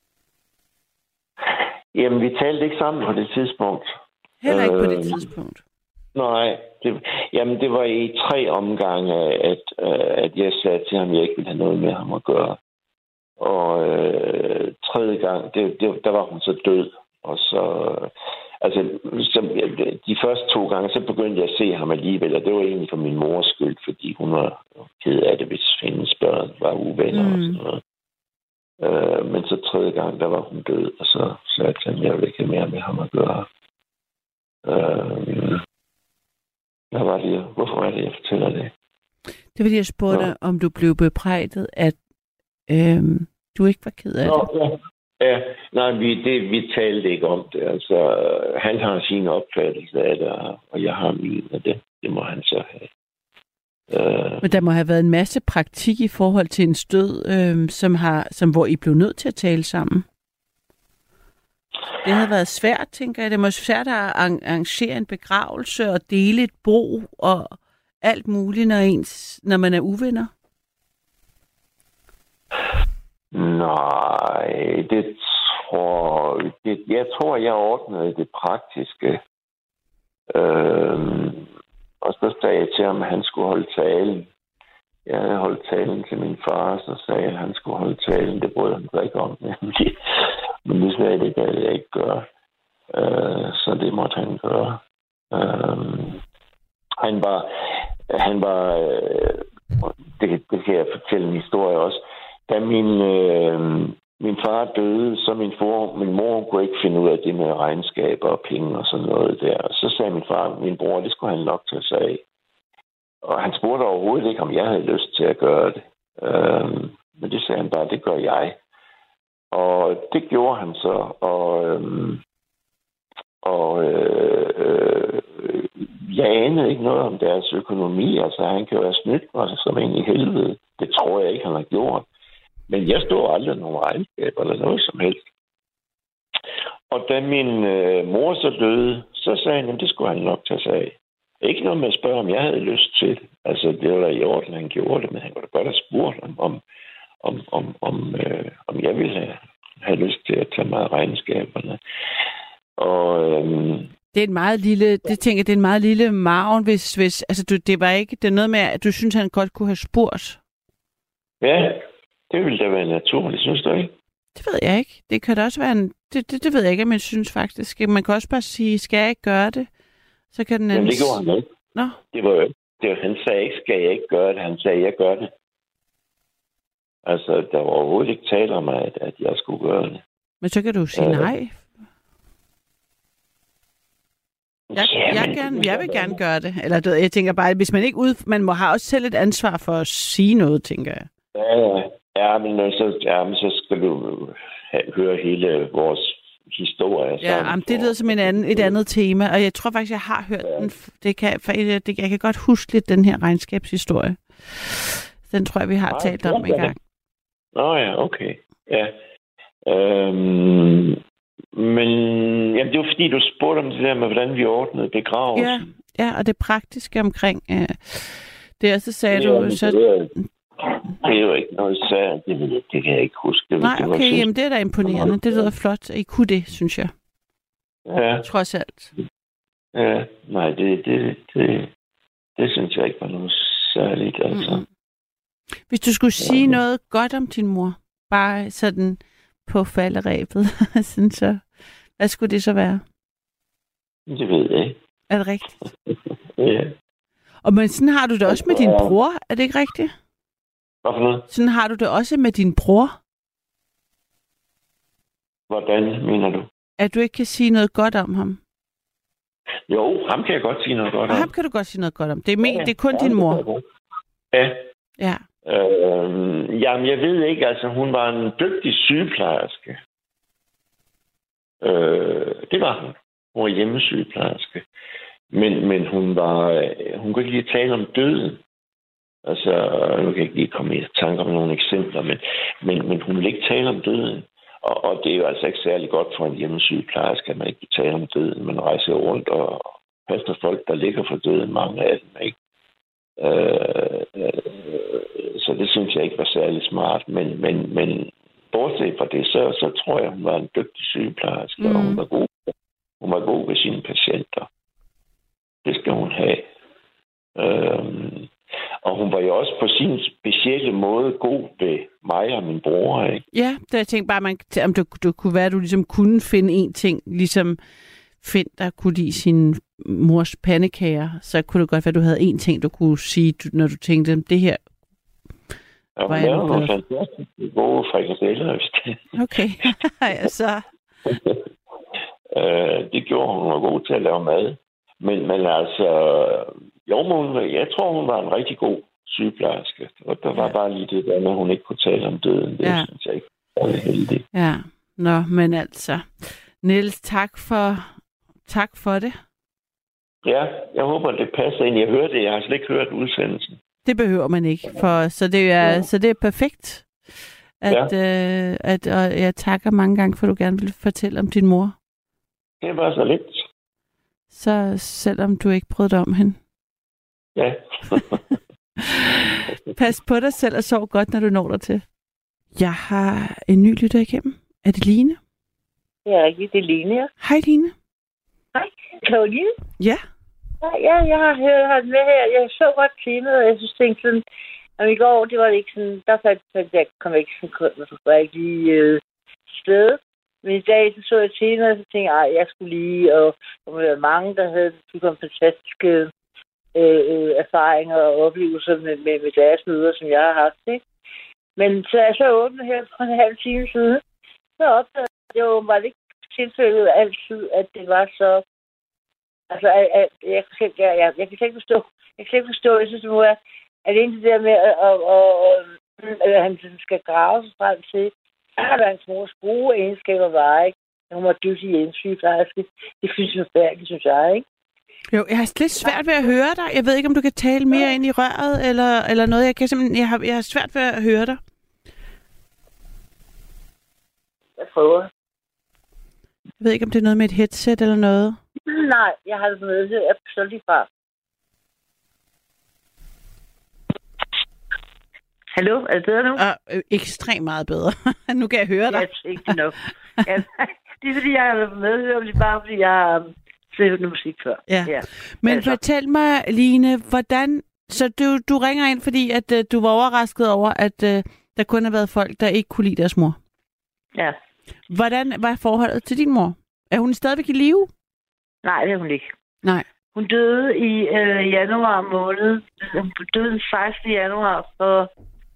Jamen, vi talte ikke sammen på det tidspunkt. Heller ikke øh, på det tidspunkt? Nej. Det, jamen, det var i tre omgange, at, øh, at jeg sagde til ham, at jeg ikke ville have noget med ham at gøre. Og øh, tredje gang, det, det, der var hun så død. Og så... Altså, så, de første to gange, så begyndte jeg at se ham alligevel, og det var egentlig for min mors skyld, fordi hun var ked af det, hvis hendes børn var uvenner mm. og sådan noget. Uh, men så tredje gang, der var hun død, og så sagde jeg, at jeg ville ikke have mere med ham at gøre. Uh, hvad var det? Hvorfor er det, jeg fortæller det? Det var fordi, jeg spurgte dig, om du blev bebrejdet, at øhm, du ikke var ked af Nå, det. Ja. Ja, nej, vi, det, vi talte ikke om det. Altså, han har sin opfattelse af det, og jeg har min af det. Det må han så have. Uh, Men der må have været en masse praktik i forhold til en stød, øh, som har, som, hvor I blev nødt til at tale sammen. Det havde været svært, tænker jeg. Det må være svært at arrangere en begravelse og dele et bo og alt muligt, når, ens, når man er uvenner. Nej, det tror det, jeg tror, jeg ordnede det praktiske. Øhm, og så sagde jeg til ham, at han skulle holde talen. Jeg havde holdt talen til min far, så sagde jeg, at han skulle holde talen. Det brød han sig ikke om, nemlig. Men det sagde jeg, det kan jeg ikke gøre. Øh, så det måtte han gøre. Øhm, han var... Han var øh, det, det kan jeg fortælle en historie også. Da min, øh, min far døde, så min, for, min mor kunne ikke finde ud af det med regnskaber og penge og sådan noget der. Så sagde min far, min bror, det skulle han nok tage sig af. Og han spurgte overhovedet ikke, om jeg havde lyst til at gøre det. Øh, men det sagde han bare, det gør jeg. Og det gjorde han så. Og, øh, og øh, øh, jeg anede ikke noget om deres økonomi. Altså, han kan jo have snydt mig som en i helvede. Det tror jeg ikke, han har gjort. Men jeg stod aldrig nogen regnskaber eller noget som helst. Og da min øh, mor så døde, så sagde han, at det skulle han nok tage sig af. Ikke noget med at spørge, om jeg havde lyst til det. Altså, det var i orden, han gjorde det, men han kunne da godt have spurgt om, om, om, om, om, øh, om jeg ville have, have lyst til at tage mig af regnskaberne. Og... Øh, det er en meget lille, det tænker jeg, det er en meget lille margen, hvis, hvis altså du, det var ikke, det er noget med, at du synes, han godt kunne have spurgt. Ja, det ville da være naturligt, synes du ikke? Det ved jeg ikke. Det kan da også være en, det, det, det ved jeg ikke, men jeg synes faktisk, man kan også bare sige, skal jeg ikke gøre det? Så kan den anden... Jamen, det gjorde han ikke. Nå. Det var jo, det var, han sagde ikke, skal jeg ikke gøre det? Han sagde, jeg gør det. Altså, der var overhovedet ikke tale om, at, at jeg skulle gøre det. Men så kan du sige ja. nej. Jeg, jeg, jeg, gerne, jeg vil gerne gøre det. Eller jeg tænker bare, hvis man ikke ud... Man må have også selv et ansvar for at sige noget, tænker jeg. Ja, ja, men så, ja, men så skal du have, høre hele vores historie. Ja, jamen, det lyder som en anden, et andet tema, og jeg tror faktisk, jeg har hørt ja. den. Det kan, det, jeg kan godt huske lidt den her regnskabshistorie. Den tror jeg, vi har ja, talt om ja, en gang. Nå ja, okay. Ja. Øhm, men jamen, det var fordi, du spurgte om det der med, hvordan vi ordnede begravelsen. Ja, ja, og det praktiske omkring øh, det, og så sagde ja, du... Så... Det er jo ikke noget særligt. Det, det kan jeg ikke huske. Det, Nej, det okay, jamen det er da imponerende. Det lyder flot, at I kunne det, synes jeg. Ja. Trods alt. Ja, nej, det, det, det, det synes jeg ikke var noget særligt, altså. Mm. Hvis du skulle sige ja. noget godt om din mor, bare sådan på falderæbet, sådan så, hvad skulle det så være? Det ved jeg ikke. Er det rigtigt? Ja. Og men sådan har du det også med din bror, er det ikke rigtigt? Hvad for noget? Sådan har du det også med din bror? Hvordan mener du? At du ikke kan sige noget godt om ham? Jo, ham kan jeg godt sige noget godt og om. ham kan du godt sige noget godt om. Det er, men, ja, det er kun ja, din mor. Ja. Ja. Øh, jamen, jeg ved ikke. Altså, hun var en dygtig sygeplejerske. Øh, det var hun. Hun var hjemmesygeplejerske. Men, men hun var... Hun kunne ikke lige tale om døden. Altså, nu kan jeg ikke lige komme i tanke om nogle eksempler, men, men, men hun ville ikke tale om døden. Og, og det er jo altså ikke særlig godt for en hjemmesygeplejerske, at man ikke vil tale om døden. Man rejser rundt og passer folk, der ligger for døden, mange af dem, ikke? Øh, øh, så det synes jeg ikke var særlig smart. Men, men, men bortset fra det, så, så tror jeg, hun var en dygtig sygeplejerske, mm. og hun var god, hun var god ved sine patienter. Det skal hun have. Øh, Og hun var jo også på sin specielle måde god ved mig og min bror, ikke? Ja, det jeg tænkte bare, man, om det, det kunne være, at du ligesom kunne finde en ting, ligesom Finn, der kunne lide sin mors pandekager, så kunne det godt være, at du havde en ting, du kunne sige, når du tænkte, det her ja, var jeg nogle fantastisk gode frikadeller, hvis det. Okay, altså. øh, det gjorde hun, hun var god til at lave mad. Men, men altså, jo, hun, jeg tror, hun var en rigtig god sygeplejerske. Og der var ja. bare lige det der, når hun ikke kunne tale om døden. Det ja. synes jeg ikke var heldigt. Ja, nå, men altså. Niels, tak for, tak for det. Ja, jeg håber, det passer ind. Jeg hørte det. Jeg har slet ikke hørt udsendelsen. Det behøver man ikke, for, så, det er, ja. så det er perfekt. At, ja. øh, at, og jeg takker mange gange, for at du gerne vil fortælle om din mor. Det var så lidt. Så selvom du ikke brød dig om hende. Ja. Pas på dig selv og sov godt, når du når dig til. Jeg har en ny lytter igennem. Er det Line? Det er rigtigt, det er Line, ja. Hej Line. Hej, Karoline. Ja. Ja, jeg har hørt ham med her. Jeg så godt temaet, og jeg synes, det er sådan, at i går, det var ikke sådan, der fandt jeg, jeg kom ikke sådan, jeg var ikke lige øh, sted. Men i dag, så så jeg temaet, og så tænkte jeg, jeg skulle lige, og der var mange, der havde nogle fantastiske øh, erfaringer og oplevelser med, med, med deres møder, som jeg har haft, ikke? Men så er så åbent her for en halv time siden, så opdagede jeg jo, var det ikke tilfældet altid, at det var så. Altså, at, at, jeg, jeg, jeg, jeg, jeg kan slet ikke forstå, jeg kan slet ikke forstå, jeg synes, det må være, at det eneste der med, at, at, at, at han skal grave sig frem til, at hans mors gode egenskaber var, ikke? Hun var dygtig hjemmesygeplejerske. Det synes jeg forfærdeligt, synes jeg, ikke? Jo, jeg har lidt svært ved at høre dig. Jeg ved ikke, om du kan tale mere ind i røret, eller, eller noget. Jeg, kan simpelthen, jeg, har, jeg har svært ved at høre dig. Jeg prøver. Jeg ved ikke, om det er noget med et headset eller noget. Nej, jeg har det med. Jeg står lige fra. Hallo, er det bedre nu? Uh, øh, ekstremt meget bedre. Nu kan jeg høre dig. Ja, ikke nok. Ja, det er fordi, jeg har været med, det er bare fordi, jeg har set noget musik før. Ja. Ja. Men altså. Fortæl mig, Line, hvordan. Så du, du ringer ind, fordi at, uh, du var overrasket over, at uh, der kun har været folk, der ikke kunne lide deres mor. Ja. Hvordan var forholdet til din mor? Er hun stadigvæk i live? Nej, det er hun ikke. Nej. Hun døde i øh, januar måned. Hun døde den sekstende januar for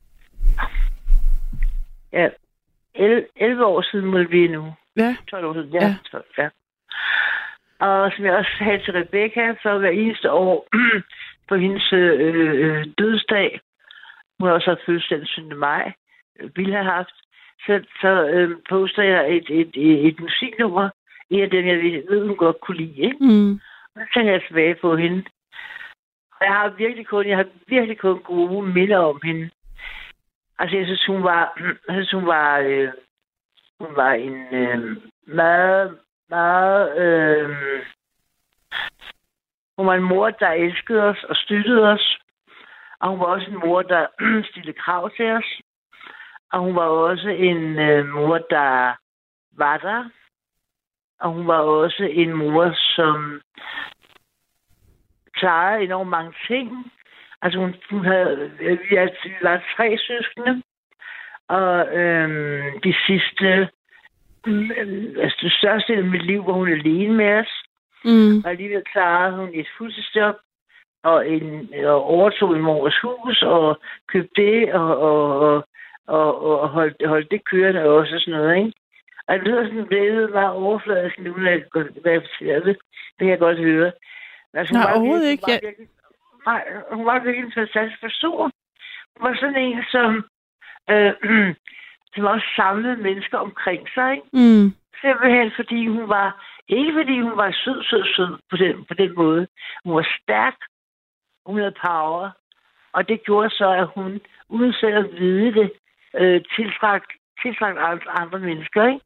ja, elleve år siden, må det blive nu. Ja. tolv år siden, ja. ja. tolv, ja. Og som jeg også sagde til Rebecca, så hver eneste år på hendes øh, dødsdag, hun har også haft fødselsdag den syvende maj, ville have haft, så, så øh, poster jeg et, et, et, et musiknummer, en af dem, jeg ved, hun godt kunne lide, ikke? Mm. Og så tænker jeg tilbage på hende. Og jeg har virkelig kun, jeg har virkelig kun gode minder om hende. Altså, jeg synes, hun var, jeg synes, hun var, øh, hun var en øh, meget, meget, øh, hun var en mor, der elskede os og støttede os. Og hun var også en mor, der stillede krav til os. Og hun var også en øh, mor, der var der. Og hun var også en mor, som klarede enormt mange ting. Altså hun, hun havde, vi, altså, vi var tre søskende, og øhm, de sidste, øh, altså det største af mit liv, hvor hun er alene med os. Mm. Og alligevel klarede hun et fuldtidsjob, og, en, og overtog en mors hus, og købte det, og, og, og, og, og holdt, holdt det kørende også, og sådan noget, ikke? Og det lyder sådan billedet meget overfladisk nu, når jeg siger det. Det kan jeg godt høre. Altså, Nej, overhovedet ikke. Hun var, virkelig, nej, hun var virkelig en fantastisk person. Hun var sådan en, som, øh, som også samlede mennesker omkring sig. Ikke? Mm. Simpelthen fordi hun var, ikke fordi hun var sød, sød, sød på den, på den måde. Hun var stærk. Hun havde power. Og det gjorde så, at hun, uden selv at vide det, øh, tiltrak, tiltrak andre mennesker, ikke?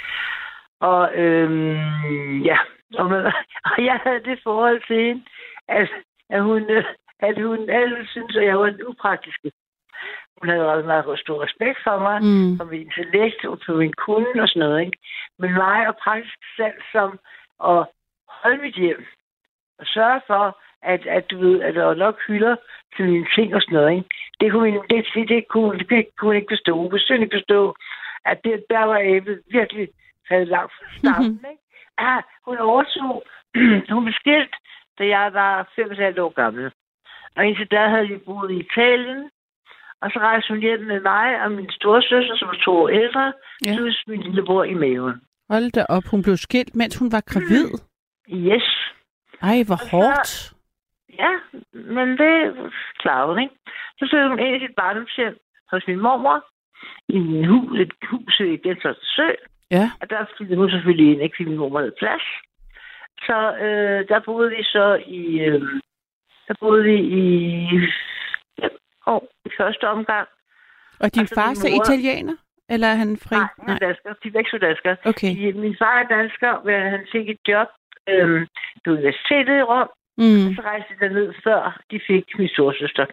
Og øhm, ja, og, man, og jeg havde det forhold til hende, at, at hun, at hun altid syntes, at jeg var en upraktisk. Hun havde også meget stor respekt for mig, mm. for min intellekt og for min kunde og sådan noget, ikke? Men mig og praktisk selv som at holde mit hjem og sørge for, at, at du ved, at der var nok hylder til mine ting og sådan noget, ikke? Det kunne, min, det, det, det kunne, det kunne hun ikke forstå. Hun kunne ikke forstå, at det, der var æblet virkelig havde langt fra starten, mm-hmm. ikke? Ja, hun overtog, hun blev skilt, da jeg var fem og halvt år gammel. Og indtil der havde vi boet i Italien, og så rejste hun hjem med mig og min storesøster, som var to år ældre, ja. Plus min lillebror i maven. Hold da op, hun blev skilt, mens hun var gravid? Mm. Yes. Ej, hvor så, hårdt. Ja, men det klarede hun, ikke? Så flyttede hun ind i sit barndomshjem hos min mormor, i en hus, et hus i Gentofte Sø. Ja. Og der flyttede hun selvfølgelig ind, ikke fordi min mormor havde plads. Så øh, der boede vi så i... Øh, der boede vi i... Ja, år, i første omgang. Og din far er mor... italiener? Eller er han fri? Nej, han er dansker. De er væk så dansker. Okay. Min far er dansker, men han fik et job øh, på universitetet i Rom. Mm. Og så rejste de derned, før de fik min storesøster.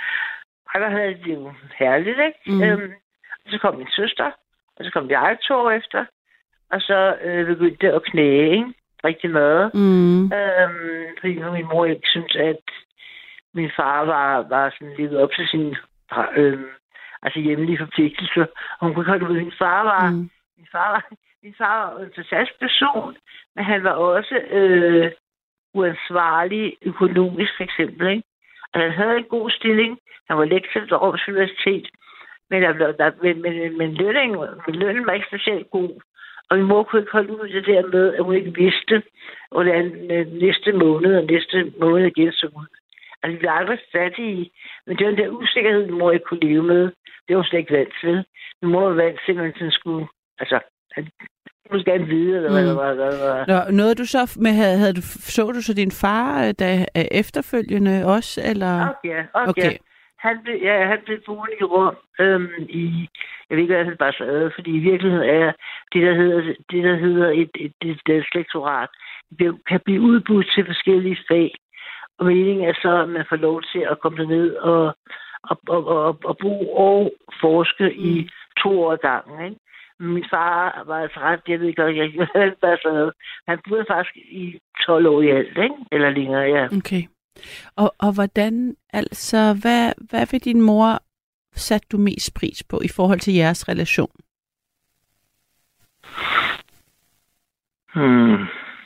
Og der havde de jo herligt, ikke? Mm. Øhm, og så kom min søster, og så kom jeg to år efter. Og så øh, begyndte det at knæge, ikke? Rigtig meget. Mm. Øhm, fordi min mor ikke syntes, at min far var, var sådan lidt op til sin øh, altså hjemlige forpligtelser. Hun kunne ikke holde ud. Min far var, mm. min far var, min far var en fantastisk person, men han var også øh, uansvarlig økonomisk, for eksempel, ikke? Og han havde en god stilling. Han var lektor ved Aarhus Universitet. Men, der blev, der, men, men, men, lønningen, men lønnen var ikke specielt god. Og min mor kunne ikke holde ud det der med, at hun ikke vidste, hvordan næste måned og næste måned igen så ud. Altså, vi blev aldrig fattige. Men det var den der usikkerhed, min mor ikke kunne leve med. Det var hun slet ikke vant til. Min mor var vant til, at man skulle... Altså, hun skulle gerne vide, eller hvad mm. det var. Hvad det var. Nå, noget du så med, havde, havde du, så du så din far da, efterfølgende også, eller? Okay, okay. okay. Han blev, ja, han blev boende i Rom øhm, i, jeg ved ikke, hvad han bare sad, fordi i virkeligheden er det, der hedder, det, der hedder et, et, et, et slektorat, det kan blive udbudt til forskellige fag. Og meningen er så, at man får lov til at komme derned og, og, og, og, og bo og forske i to år ad gangen, ikke? Min far var altså ret, jeg ved ikke, jeg ikke bare sådan noget. Han boede faktisk i tolv år i alt, ikke? Eller længere, ja. Okay. Og, og hvordan, altså, hvad, hvad ved din mor satte du mest pris på i forhold til jeres relation? Hmm.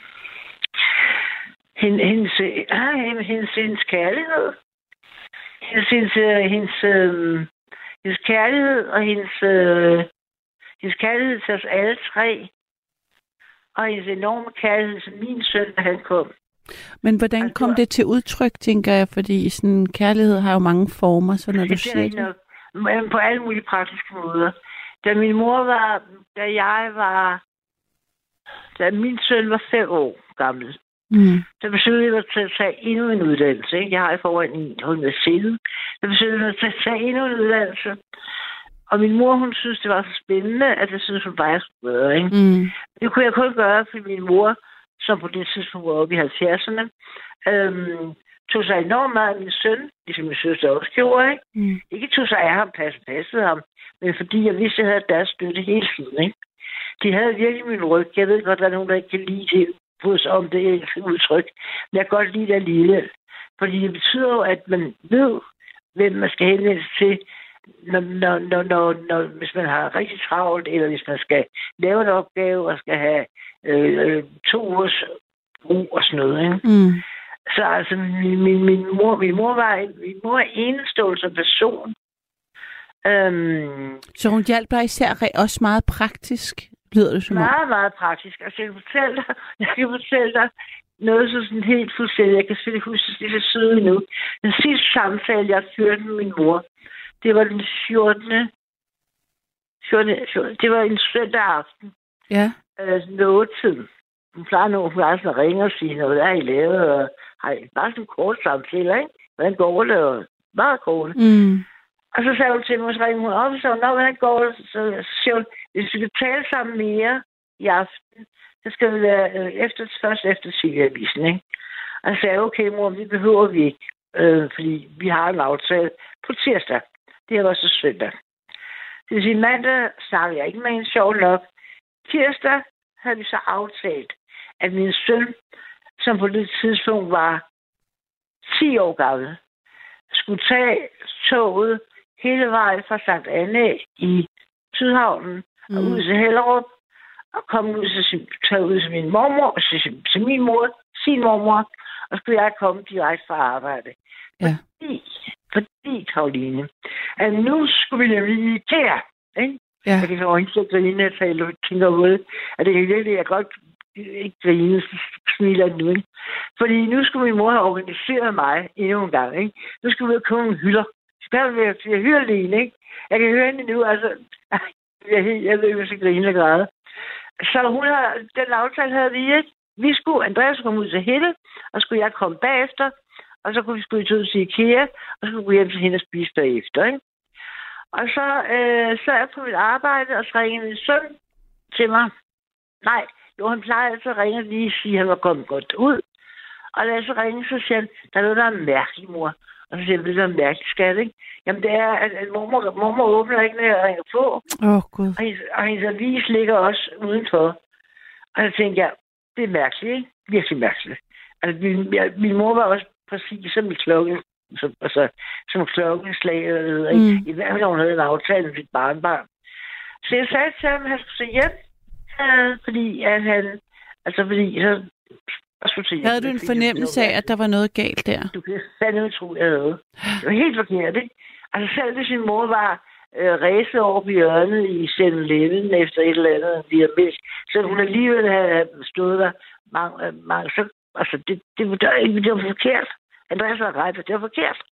Hendes, hendes, hendes, hendes, hendes kærlighed. Hendes, hendes, hendes, øh, hendes kærlighed og hendes, øh, hendes kærlighed til os alle tre. Og hendes enorme kærlighed til min søn, da han kom. Men hvordan altså, kom det til udtryk, tænker jeg? Fordi sådan kærlighed har jo mange former, så når du siger det. Nok, på alle mulige praktiske måder. Da min mor var, da jeg var, da min søn var fem år gammel, mm. der besluttede jeg mig til at tage endnu en uddannelse. Ikke? Jeg har i forvejen en universitet. Der besluttede jeg mig til at tage endnu en uddannelse. Og min mor, hun synes, det var så spændende, at jeg synes, hun bare skulle gøre. Ikke? Mm. Det kunne jeg kun gøre, fordi min mor, som på det tidspunkt var oppe i halvfjerdserne, øhm, tog sig enormt meget af min søn, ligesom min søster også gjorde, ikke? Mm. Ikke tog sig af ham, passede, passede ham, men fordi jeg vidste, at jeg havde deres støtte hele tiden, ikke? De havde virkelig min ryg. Jeg ved godt, at der er nogen, der ikke kan lide det, brydes om det udtryk, men jeg kan godt lide det alligevel. Fordi det betyder jo, at man ved, hvem man skal henvende til, når, når, når, når, når, hvis man har rigtig travlt, eller hvis man skal lave en opgave og skal have øh, to ugers brug og sådan noget. Ikke? Mm. Så altså, min, min, min, mor, min mor var en, min mor er enestående som person. Øhm, så hun hjalp dig især også meget praktisk lyder det som om. Meget, meget praktisk. Altså, jeg kan fortælle dig, jeg kan fortælle dig noget så sådan helt fuldstændig. Jeg kan selvfølgelig huske det, det søde nu. Den sidste samtale, jeg førte med min mor, det var den fjortende fjortende Det var en søndag aften. Ja. Øh, nåtid. Hun plejer nu, hun plejer sådan at ringe og sige noget, hvad har I lavet? Og, hej, bare sådan en kort samtale, ikke? Hvordan går det? Og meget kort. Mm. Og så sagde hun til mig, så ringede hun op og sagde, nå, hvordan går det? Så siger hun, hvis vi kan tale sammen mere i aften, så skal vi være øh, efter, først efter T V-avisen, ikke? Og jeg sagde, okay, mor, det behøver vi ikke, øh, fordi vi har en aftale på tirsdag. Det her var så søndag. Det vil sige, mandag snakkede jeg ikke med en, sjov nok. Tirsdag havde vi så aftalt, at min søn, som på det tidspunkt var ti år gammel, skulle tage toget hele vejen fra Sankt Anne i Sydhavnen mm. og ud til Hellerup og komme ud til, sin, tage ud til min mormor, til, til min mor, sin mormor, og skulle jeg komme direkte fra arbejde. Ja. Fordi, fordi, Karoline, at nu skulle vi nemlig i IKEA, ikke? Ja. Jeg kan jo ikke grine, at jeg tænker på det, at det kan virkelig, jeg godt ikke grine, så smiler den nu, ikke? Fordi nu skulle min mor have organiseret mig endnu en gang, ikke? Nu skulle vi have købt nogle hylder. Så vil jeg høre det ene, ikke? Jeg kan høre hende nu, altså, jeg, helt, jeg løber så grine og græde. Så hun har, den aftale havde vi ikke. Vi skulle, Andreas skulle komme ud til Helle, og skulle jeg komme bagefter, og så kunne vi skulle ud til IKEA, og så kunne vi hjem til hende og spise bagefter, ikke? Og så, øh, så er jeg på mit arbejde, og så ringer min søn til mig. Nej, jo, han plejer altid at ringe lige og sige, at han var kommet godt ud. Og da jeg så ringer, så siger han, der er noget, der er mærkeligt, mor. Og så siger jeg, det er mærkeligt, skat, ikke? Jamen, det er, at, at mormor, mormor åbner ikke, når jeg ringer på. Åh, oh, Gud. Og, og hendes avis ligger også udenfor. Og så tænkte jeg, det er mærkeligt, ikke? Virkelig mærkeligt. Altså, min, jeg, min mor var også præcis som i klokken. Så, altså, som klokkenslag, eller noget, ikke? Mm. I hvert fald, hun havde en aftale med sit barnbarn. Så jeg sagde til ham, at han skulle se hjem. Øh, fordi at han... Altså, fordi... Så, havde du en fornemmelse af, at der var noget galt der? Du kan fandme tro, jeg havde. Det var helt forkert, ikke? Altså selv hvis sin mor var øh, ræset over på hjørnet i syv eleven efter et eller andet, vi har mist, så hun alligevel havde stået der mange, mange så, altså det, det, det, var, det var forkert. Andreas var ret, det var forkert.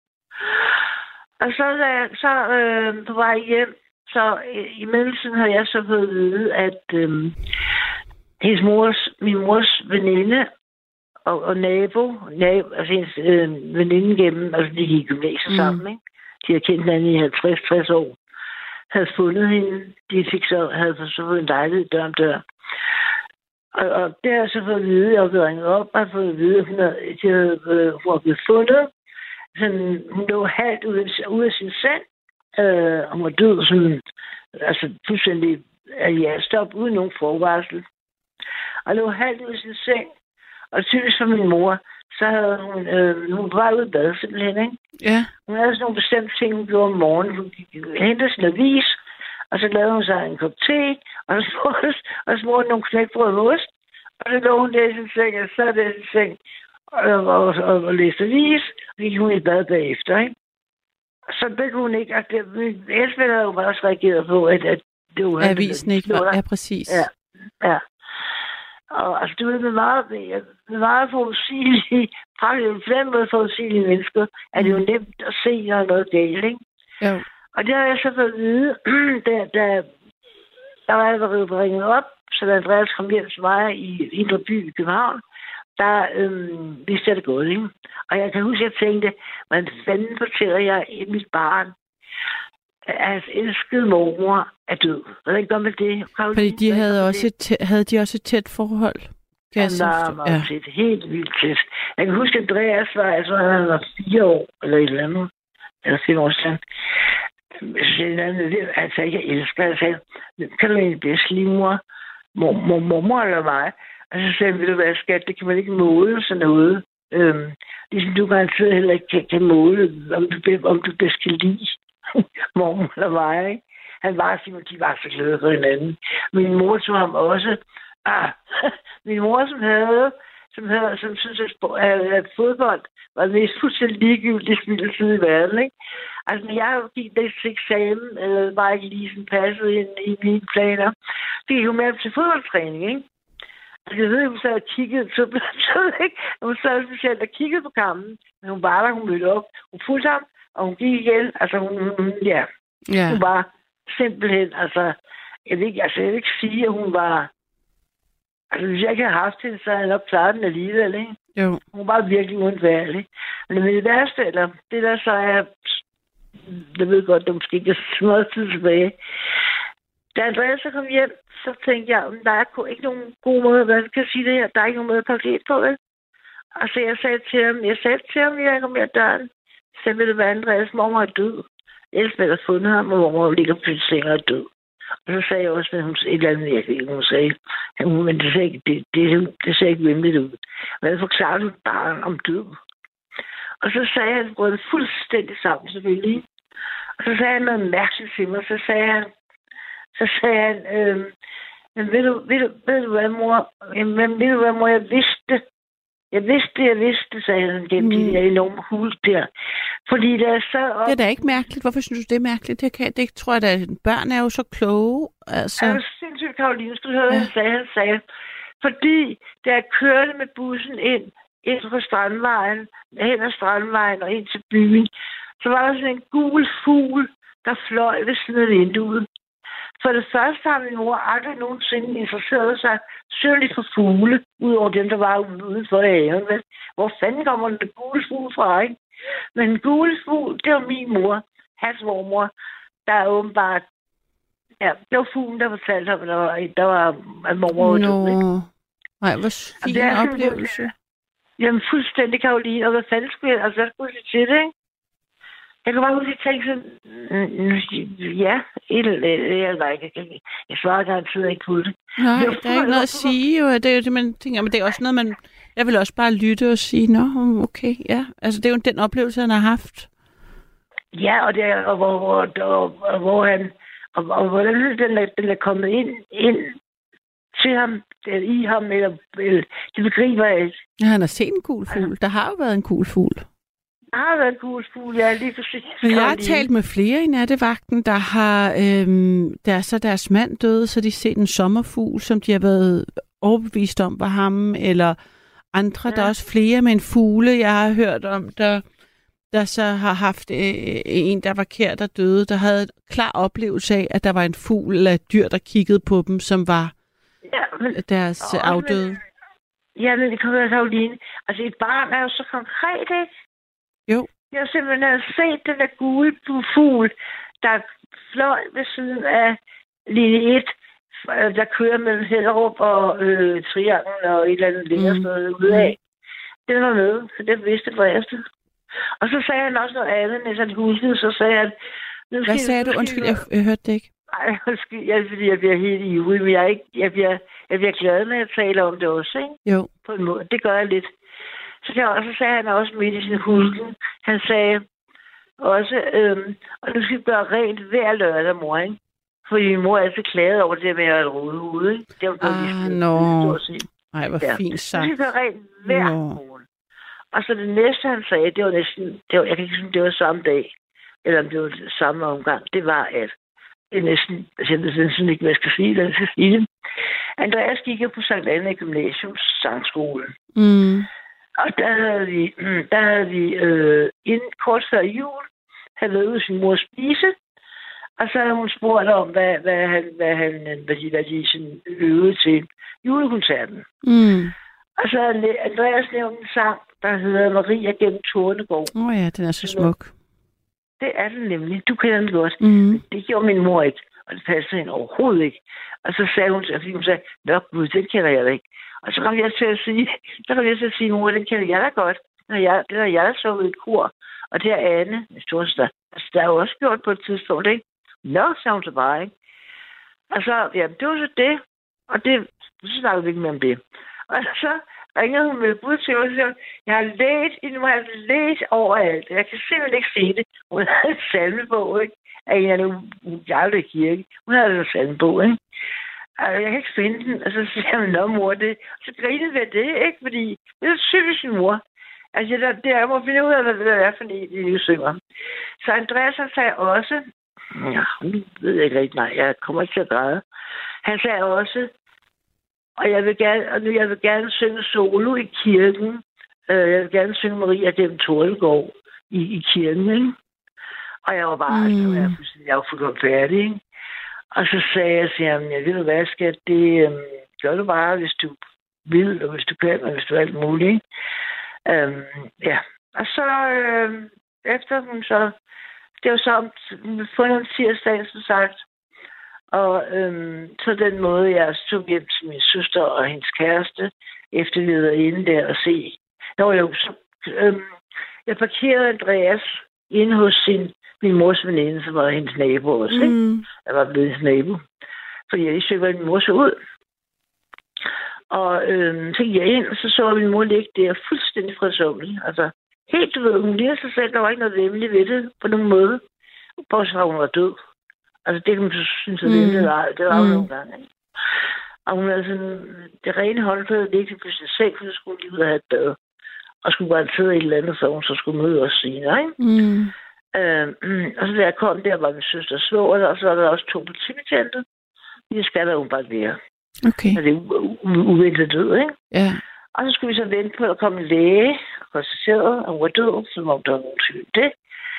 Og så, så øh, på vej hjem, så øh, i mellemtiden havde jeg så fået at vide, at øh, hendes mors, min mors veninde, Og, og nabo, nabo, altså hendes øh, veninde gennem, altså de gik i gymnasiet mm. sammen, ikke? De har kendt hinanden i halvtreds til tres år. Havde fundet hende. De fik så, havde så fået en lejlighed dør om dør. Og, og det har jeg så fået at vide, jeg har blevet ringet op, og har fået at vide, at hun havde, de havde, øh, hun var blevet fundet. Sådan, hun lå halvt ude, ude af sin seng. Øh, hun var død sådan, altså fuldstændig af hjertestop, uden nogen forvarsel. Og lå halvt ude af sin seng. Og typisk for min mor, så havde hun, øh, hun var ude i bad simpelthen, ikke? Ja. Hun havde sådan nogle bestemte ting, hun gjorde om morgenen. Hun hentede sin avis, og så lavede hun sig en kop te, og så smurte, og smurte nogle knækbrød med ost. Og så lå hun der i sin seng, og så der i sin seng, og, og, og, og læste avis, og gik hun i bad bagefter, ikke? Så det kunne hun ikke, og det, Elsbeth havde jo bare også reageret på, at, at det var... Avisen ikke var, ja, præcis. Ja, ja. Og altså, du ved, med meget, med meget forudsigelige, faktisk på den måde forudsigelige mennesker, er det jo nemt at se, når noget er galt, ikke? Jo. Og det har jeg så fået at vide, da, da der var jeg blevet ringet op, så da Andreas kom hjem til mig i Indre By i København, der øhm, vidste jeg det godt, ikke? Og jeg kan huske, at jeg tænkte, hvordan fanden fortæller jeg mit barn, at hans elskede mormor er død. Hvordan gør man det? Fordi de havde, også et, havde de også et tæt forhold? Ja, meget, meget ja. tæt. Helt vildt tæt. Jeg kan huske, at Andreas var, altså, han var fire år, eller et eller andet, eller fem år siden. Så altså, jeg elsker, jeg sagde, kan du egentlig bedst lide mor? Mor, mor, mormor eller mig? Og så sagde jeg, vil du være skat, det kan man ikke måle sådan noget. Øhm, ligesom du garanteret heller ikke kan, kan måle, om du, om du bedst kan lide mormor eller mig, ikke? Han var simpelthen, de var så glade for hinanden. Min mor tog ham også. Ah, min mor, som havde som, havde, som synes, at, at fodbold var det mest fuldstændig ligegyldige spilletid i verden, ikke? Altså, når jeg gik det til eksamen, eller var ikke lige sådan passet ind i mine planer, så gik hun med til fodboldtræning, ikke? Altså, jeg ved ikke, hun sad og kiggede, så ikke? Hun sad specielt og kiggede på kampen, men hun var der, hun mødte op. Hun fulgte ham, og hun gik igen. Altså, hun, hun ja. Yeah. Hun var simpelthen, altså, jeg vil ikke, altså, jeg vil ikke sige, at hun var, altså, hvis jeg ikke havde haft hende, så havde jeg nok klaret den alligevel, ikke? Jo. Hun var virkelig undværlig. Men det værste, eller det der så er, jeg ved godt, det måske ikke er så meget tid tilbage. Da Andreas så kom hjem, så tænkte jeg, der er ikke nogen god måde, hvad jeg kan sige det her, der er ikke nogen måde at pakke lidt på, vel? Og så jeg sagde til ham, jeg sagde til ham, jeg kom her døren, så ville det være Andreas, mormor er død. Ellers ville jeg have fundet ham, og mormor ligger på sin seng og er død. Og så sagde jeg også, at hun et eller andet, jeg ikke, hun sagde, men det ser ikke, det, det, det ser ikke vemmeligt ud. Men jeg forklarede hun bare om død. Og så sagde han, brød det fuldstændig sammen, selvfølgelig. Og så sagde han noget mærkeligt til mig, så sagde han, så sagde han, øh, men ved du, ved, du, ved du hvad, mor? Jamen, ved du hvad, mor, jeg vidste Jeg vidste det, jeg vidste det, sagde han gennem mm. de der enorme hul der. Fordi der er så... Op... Det er da ikke mærkeligt. Hvorfor synes du, det er mærkeligt? Det, kan, det tror jeg da, børn er jo så kloge. Altså... Jeg var sindssygt, Karoline. Skal du høre, ja. han sagde, han sagde. Fordi da jeg kørte med bussen ind, ind fra Strandvejen, hen ad Strandvejen og ind til byen, så var der sådan en gul fugl, der fløj ved siden af vinduet. For det første har min mor aldrig nogensinde interesseret sig særligt for fugle, udover dem, der var ude for haven. Hvor fanden kommer den gule fugl fra, ikke? Men den gule fugl, det var min mor, hans mormor, der er åbenbart... Ja, det var fuglen, der fortalte ham, der var, der var en mormor. Nå, nej, hvor fin en oplevelse. Jamen, fuldstændig, Karoline. Og hvad fanden skulle jeg... Altså, hvad skulle jeg til det, ikke? Jeg kan bare huske, at tænke sådan, ja, et eller andet, jeg, jeg svarer garanteret ikke på det. Nej, det der er ikke noget at sige, jo. Det er jo det, man tænker, men det er også noget, man, jeg vil også bare lytte og sige, nå, okay, ja. Altså, det er jo den oplevelse, han har haft. Ja, og, det er, og, hvor, hvor, og, hvor han, og, og hvordan den er, den er kommet ind, ind til ham, i ham, eller, eller det begriber jeg ikke. Ja, han har set en gul fugl. Der har jo været en gul fugl. Der har været en gul fugl, ja, lige præcis. Men jeg har talt med flere i nattevagten, der har, øhm, der så deres mand døde, så de set en sommerfugl, som de har været overbevist om var ham, eller andre, ja. Der er også flere med en fugle, jeg har hørt om, der, der så har haft øh, en, der var kær, der døde, der havde en klar oplevelse af, at der var en fugl eller et dyr, der kiggede på dem, som var ja, men, deres øh, afdøde. Ja, men det kan være Karoline. Altså, et barn er jo så konkret, ikke? Jo. Jeg har simpelthen set den der gule fugl, der fløj ved siden af linje et, der kører mellem Hellerup og øh, Trianglen og et eller andet længere mm. sted ude af. Den var med, så det vidste jeg efter. Og så sagde han også noget andet, mens han huskede, så sagde han... Hvad sagde du? Undskyld, jeg, jeg hørte det ikke. Nej, undskyld, jeg, fordi jeg bliver helt ivrig, men jeg, er ikke, jeg, bliver, jeg bliver glad, når jeg taler om det også, ikke? Jo. På en måde. Det gør jeg lidt. Så, der, og så sagde han også midt i sin husken, han sagde også, øhm, og nu skal vi gøre rent hver lørdag, mor, ikke? Fordi min mor er altid klaget over det med at have rode ude, ikke? Det var ah, nå. Nej, hvor ja. Fint sagt. Nu skal vi gøre rent hver no. morgen. Og så det næste, han sagde, det var næsten, det var, jeg kan ikke sige, det var samme dag, eller om det var samme omgang, det var, at det er næsten, altså jeg ved sådan ikke, hvad jeg skal sige, hvad jeg skal sige. Andreas gik på Sankt Anna Gymnasiums sangskole. Mm. Og der havde vi, der havde vi øh, inden kort før jul, havde været ude sin mor at spise, og så havde hun spurgt om, hvad, hvad han, hvad han, hvad de, hvad de sådan øvede til julekoncerten. Mm. Og så havde Andreas nævnt en sang, der hedder Maria gennem Tornegård. Åh oh ja, den er så smuk. Det er den nemlig. Du kender den godt. Mm. Det gjorde min mor ikke, og det passede hende overhovedet ikke. Og så sagde hun, fordi hun sagde, nå gud, den kender jeg da ikke. Og så kom jeg til at sige, så kom jeg til at sige, mor, den kender jeg da godt. Det er jeg, jeg der så ud i et kor. Og det er Anne, storsøster. Altså, der er jo også gjort på et tidspunkt, ikke? Nå, sagde hun så bare, ikke? Og så, ja, det var så det. Og det, så snakkede vi ikke mere om det. Og så ringede hun med bud til mig og sagde, jeg har læst, nu har jeg læst overalt. Jeg kan simpelthen ikke se det. Hun havde en salmebog, ikke? Af en eller anden ujævlig kirke. Hun havde en salmebog, ikke? jeg kan ikke finde den. Og så siger jeg, nå mor, det. Og så grinede vi af det, ikke? Fordi det er typisk min mor. Altså, der, der, jeg må finde ud af, hvad det er for en, de nye synger. Så Andreas, han sagde også, ja, nu ved jeg ikke rigtig, nej, jeg kommer ikke til at græde. Han sagde også, og jeg vil gerne, og jeg vil gerne synge solo i kirken. Jeg vil gerne synge Maria gennem Torlegård i, i kirken, ikke? Og jeg var bare, mm. altså, jeg, jeg var fuldt færdig, ikke? Og så sagde jeg til ham, jeg ved hvad, skal det øhm, gør du bare, hvis du vil, og hvis du kan, og hvis du er alt muligt, ikke? Øhm, ja, og så øh, efter hun så, det var så om, fundet om tirsdagen, som sagt, og øhm, så den måde, jeg tog hjem til min søster og hendes kæreste, efter vi var inde der og se. Nå jo, så øhm, jeg parkerede Andreas inde hos sin, min mors veninde, som var hendes nabo også, ikke? Mm. Jeg var blevet hendes nabo, fordi jeg lige søgte, hvad min mor så ud. Og øhm, så gik jeg ind, og så så min mor ligge der fuldstændig fredsomlig. Altså, helt, du ved, hun ligner sig selv, der var ikke noget vemmeligt ved det, på nogen måde. Bortset fra, hun var død. Altså, det kan man synes, at det, det var, det var mm. jo nogle gange, ikke? Og hun havde sådan, det rene håndklæde liggende på sin seng, for så skulle hun lige ud og have et bad. Og skulle bare sidde et eller andet, så hun så skulle møde os senere, ikke? Mm. Øhm, og så da jeg kom der, var min søster svoger, og så var der også to politibetjente. Det skal der jo bare være. Okay. Og det er u- u- uventet død, ikke? Ja. Og så skulle vi så vente på, at der kom en læge, konstateret, at hun var død, som om der var nogen tvivl det.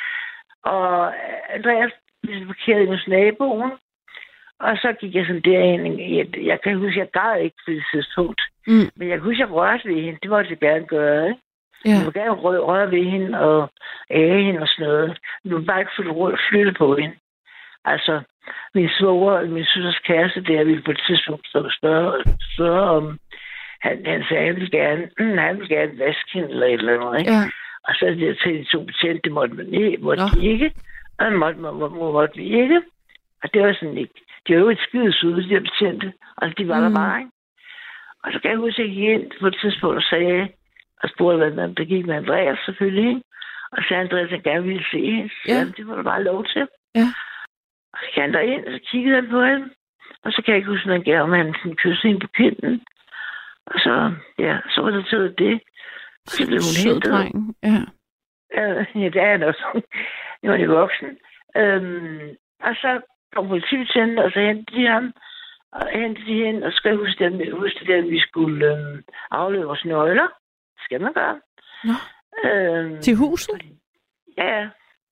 Og Andreas blev parkeret hos naboen, og så gik jeg sådan derind. Jeg, jeg kan huske, jeg gad ikke på det tidspunkt. Mm. Men jeg kan huske, jeg rørte ved hende. Det måtte jeg gerne gøre, ikke? Ja. Jeg ville gerne røre, røre ved hende og æge hende og sådan noget. Jeg ville bare ikke flytte på hende. Altså, min svoger, min søsters kæreste der, ville på et tidspunkt spørge, spørge om, han, han sagde, han ville gerne, mm, han ville gerne vaske hende eller et eller andet, ikke? Ja. Og så det til de to betjente, det måtte man ikke, måtte de ikke, og det måtte, må, må, måtte vi ikke. Og det var sådan ikke, det var jo et skide søde, de der betjente, og de var mm. der bare, ikke? Og så kan jeg huske, at jeg gik ind på et tidspunkt og sagde, og spurgte, hvad man begik med Andreas selvfølgelig, ikke? Og så sagde Andreas, at han gerne ville se hende. Ja. Det var der bare lov til. Ja. Og så gik han derind, og så kiggede han på hende. Og så kan jeg ikke huske, at han gav, om han sådan kyssede hende på kinden. Og så, ja, så var det til det. Og så blev hun hentet. Dreng. Ja. Ja, det er han også. Nu er han jo voksen. Øhm, og så kom politibetjenten, og så hentede de ham. Og hentede de hende, og så skal jeg huske, at, huske det, at vi skulle øhm, afleve vores nøgler. Det skal man gøre. Nå. Øhm, til huset? Ja,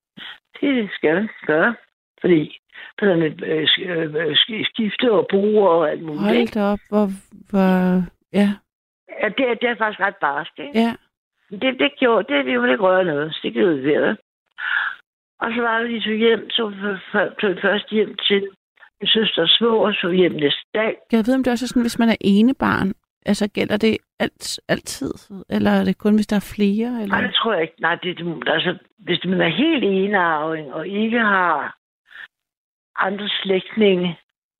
det skal man gøre. Fordi der er med øh, skifte og bruger og alt muligt. Hold da op, hvor... hvor ja. Ja, det, det er faktisk ret barsk, ikke? Ja. Det, det gjorde, det vi jo ikke røre noget, så det gjorde vi ved. Og så var det, de tog hjem, så tog vi først hjem til min søster og svoger, så hjem næste dag. Jeg ved, om det også er sådan, hvis man er enebarn, altså gælder det alt, altid? Eller er det kun, hvis der er flere? Eller? Nej, det tror jeg ikke. Nej, det, det, altså, hvis man er helt enearving og ikke har andre slægtninge,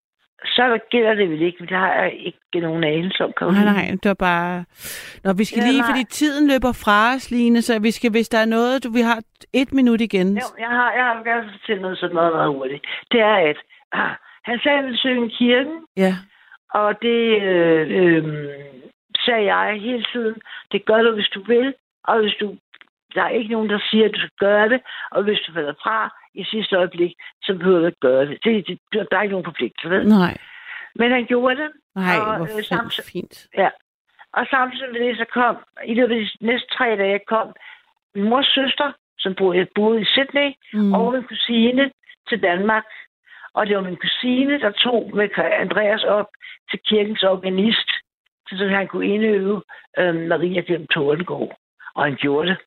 så gælder det vel ikke, men det har jeg ikke nogen anelse om. Nej, nej, det var bare... Nå, vi skal ja, lige, nej. Fordi tiden løber fra os, Line, så vi skal, hvis der er noget, du, vi har et minut igen. Jo, jeg har, jeg har gerne fortælle noget sådan noget meget hurtigt. Det er, at ah, han sagde, at han ville synge i kirken, ja. Og det øh, øh, sagde jeg hele tiden, det gør du, hvis du vil, og hvis du, der er ikke nogen, der siger, at du skal gøre det, og hvis du falder fra i sidste øjeblik, så behøver du ikke gøre det. det, det der er ikke nogen forpligtelse, ved? Nej. Men han gjorde det. Nej, og, hvor øh, samtidig, fint. Ja. Og samtidig med det, så kom, i løbet af de næste tre dage, kom min mors søster, som boede, boede i Sydney, mm. og min kusine til Danmark. Og det var min kusine, der tog med Andreas op til kirkens organist, så han kunne indøve øh, Maria gennem Torlegård. Og han gjorde det.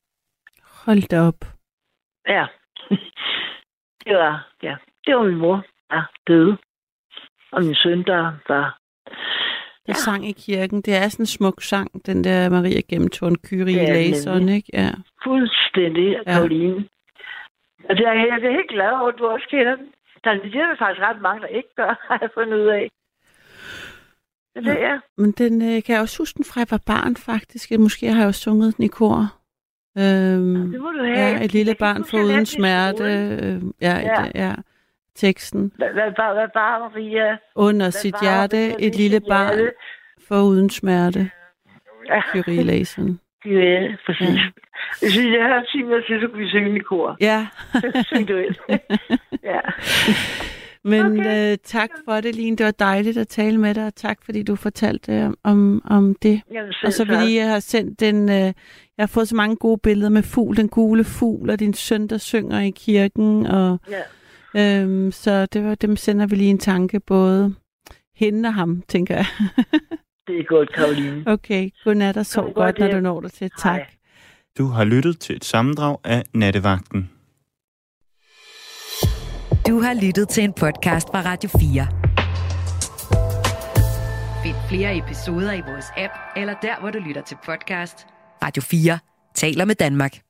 Hold da op. Ja. det var, ja. Det var min mor, der døde. Og min søn, der var... Der ja. sang i kirken. Det er sådan en smuk sang, den der Maria gennem Torn-Kyrie i læseren, ikke? Ja. Fuldstændig, Karoline. Ja. Og det er, jeg er helt glad over, at du også kender den. Der er, det er faktisk ret mange, der ikke gør, har jeg fundet ud af. Det er det, ja. Men den øh, kan jeg også huske den fra, jeg var barn, faktisk. Måske har jeg også sunget den i kor. Øhm, det må du have. Ja, et lille barn foruden smerte. Øh, ja, ja. Et, ja. teksten. Hvad, hvad, hvad, hvad bare, Maria? Under Hvad sit bare, hjerte, Maria, et lille barn, hjerte? for uden smerte. Ja. Kyrie Larsen. Ja, præcis. Ja. Jeg synes, jeg har sagt, jeg synes, at vi synge i kor. Ja. Syng du ind. Ja. Men Okay. øh, tak for det, Line. Det var dejligt at tale med dig, og tak fordi du fortalte om, om, om det. Jamen, Og så fordi jeg har sendt den, øh, jeg har fået så mange gode billeder med fugl, den gule fugl, og din søn, der synger i kirken. Og, Ja. øhm, så det var, dem sender vi lige en tanke, både hende og ham, tænker jeg. Det er godt, Karoline. Okay, godnat og sov Kom godt, godt når hjem. du når dig til. Tak. Hej. Du har lyttet til et sammendrag af Nattevagten. Du har lyttet til en podcast fra Radio fire. Find flere episoder i vores app, eller der, hvor du lytter til podcast. Radio fire taler med Danmark.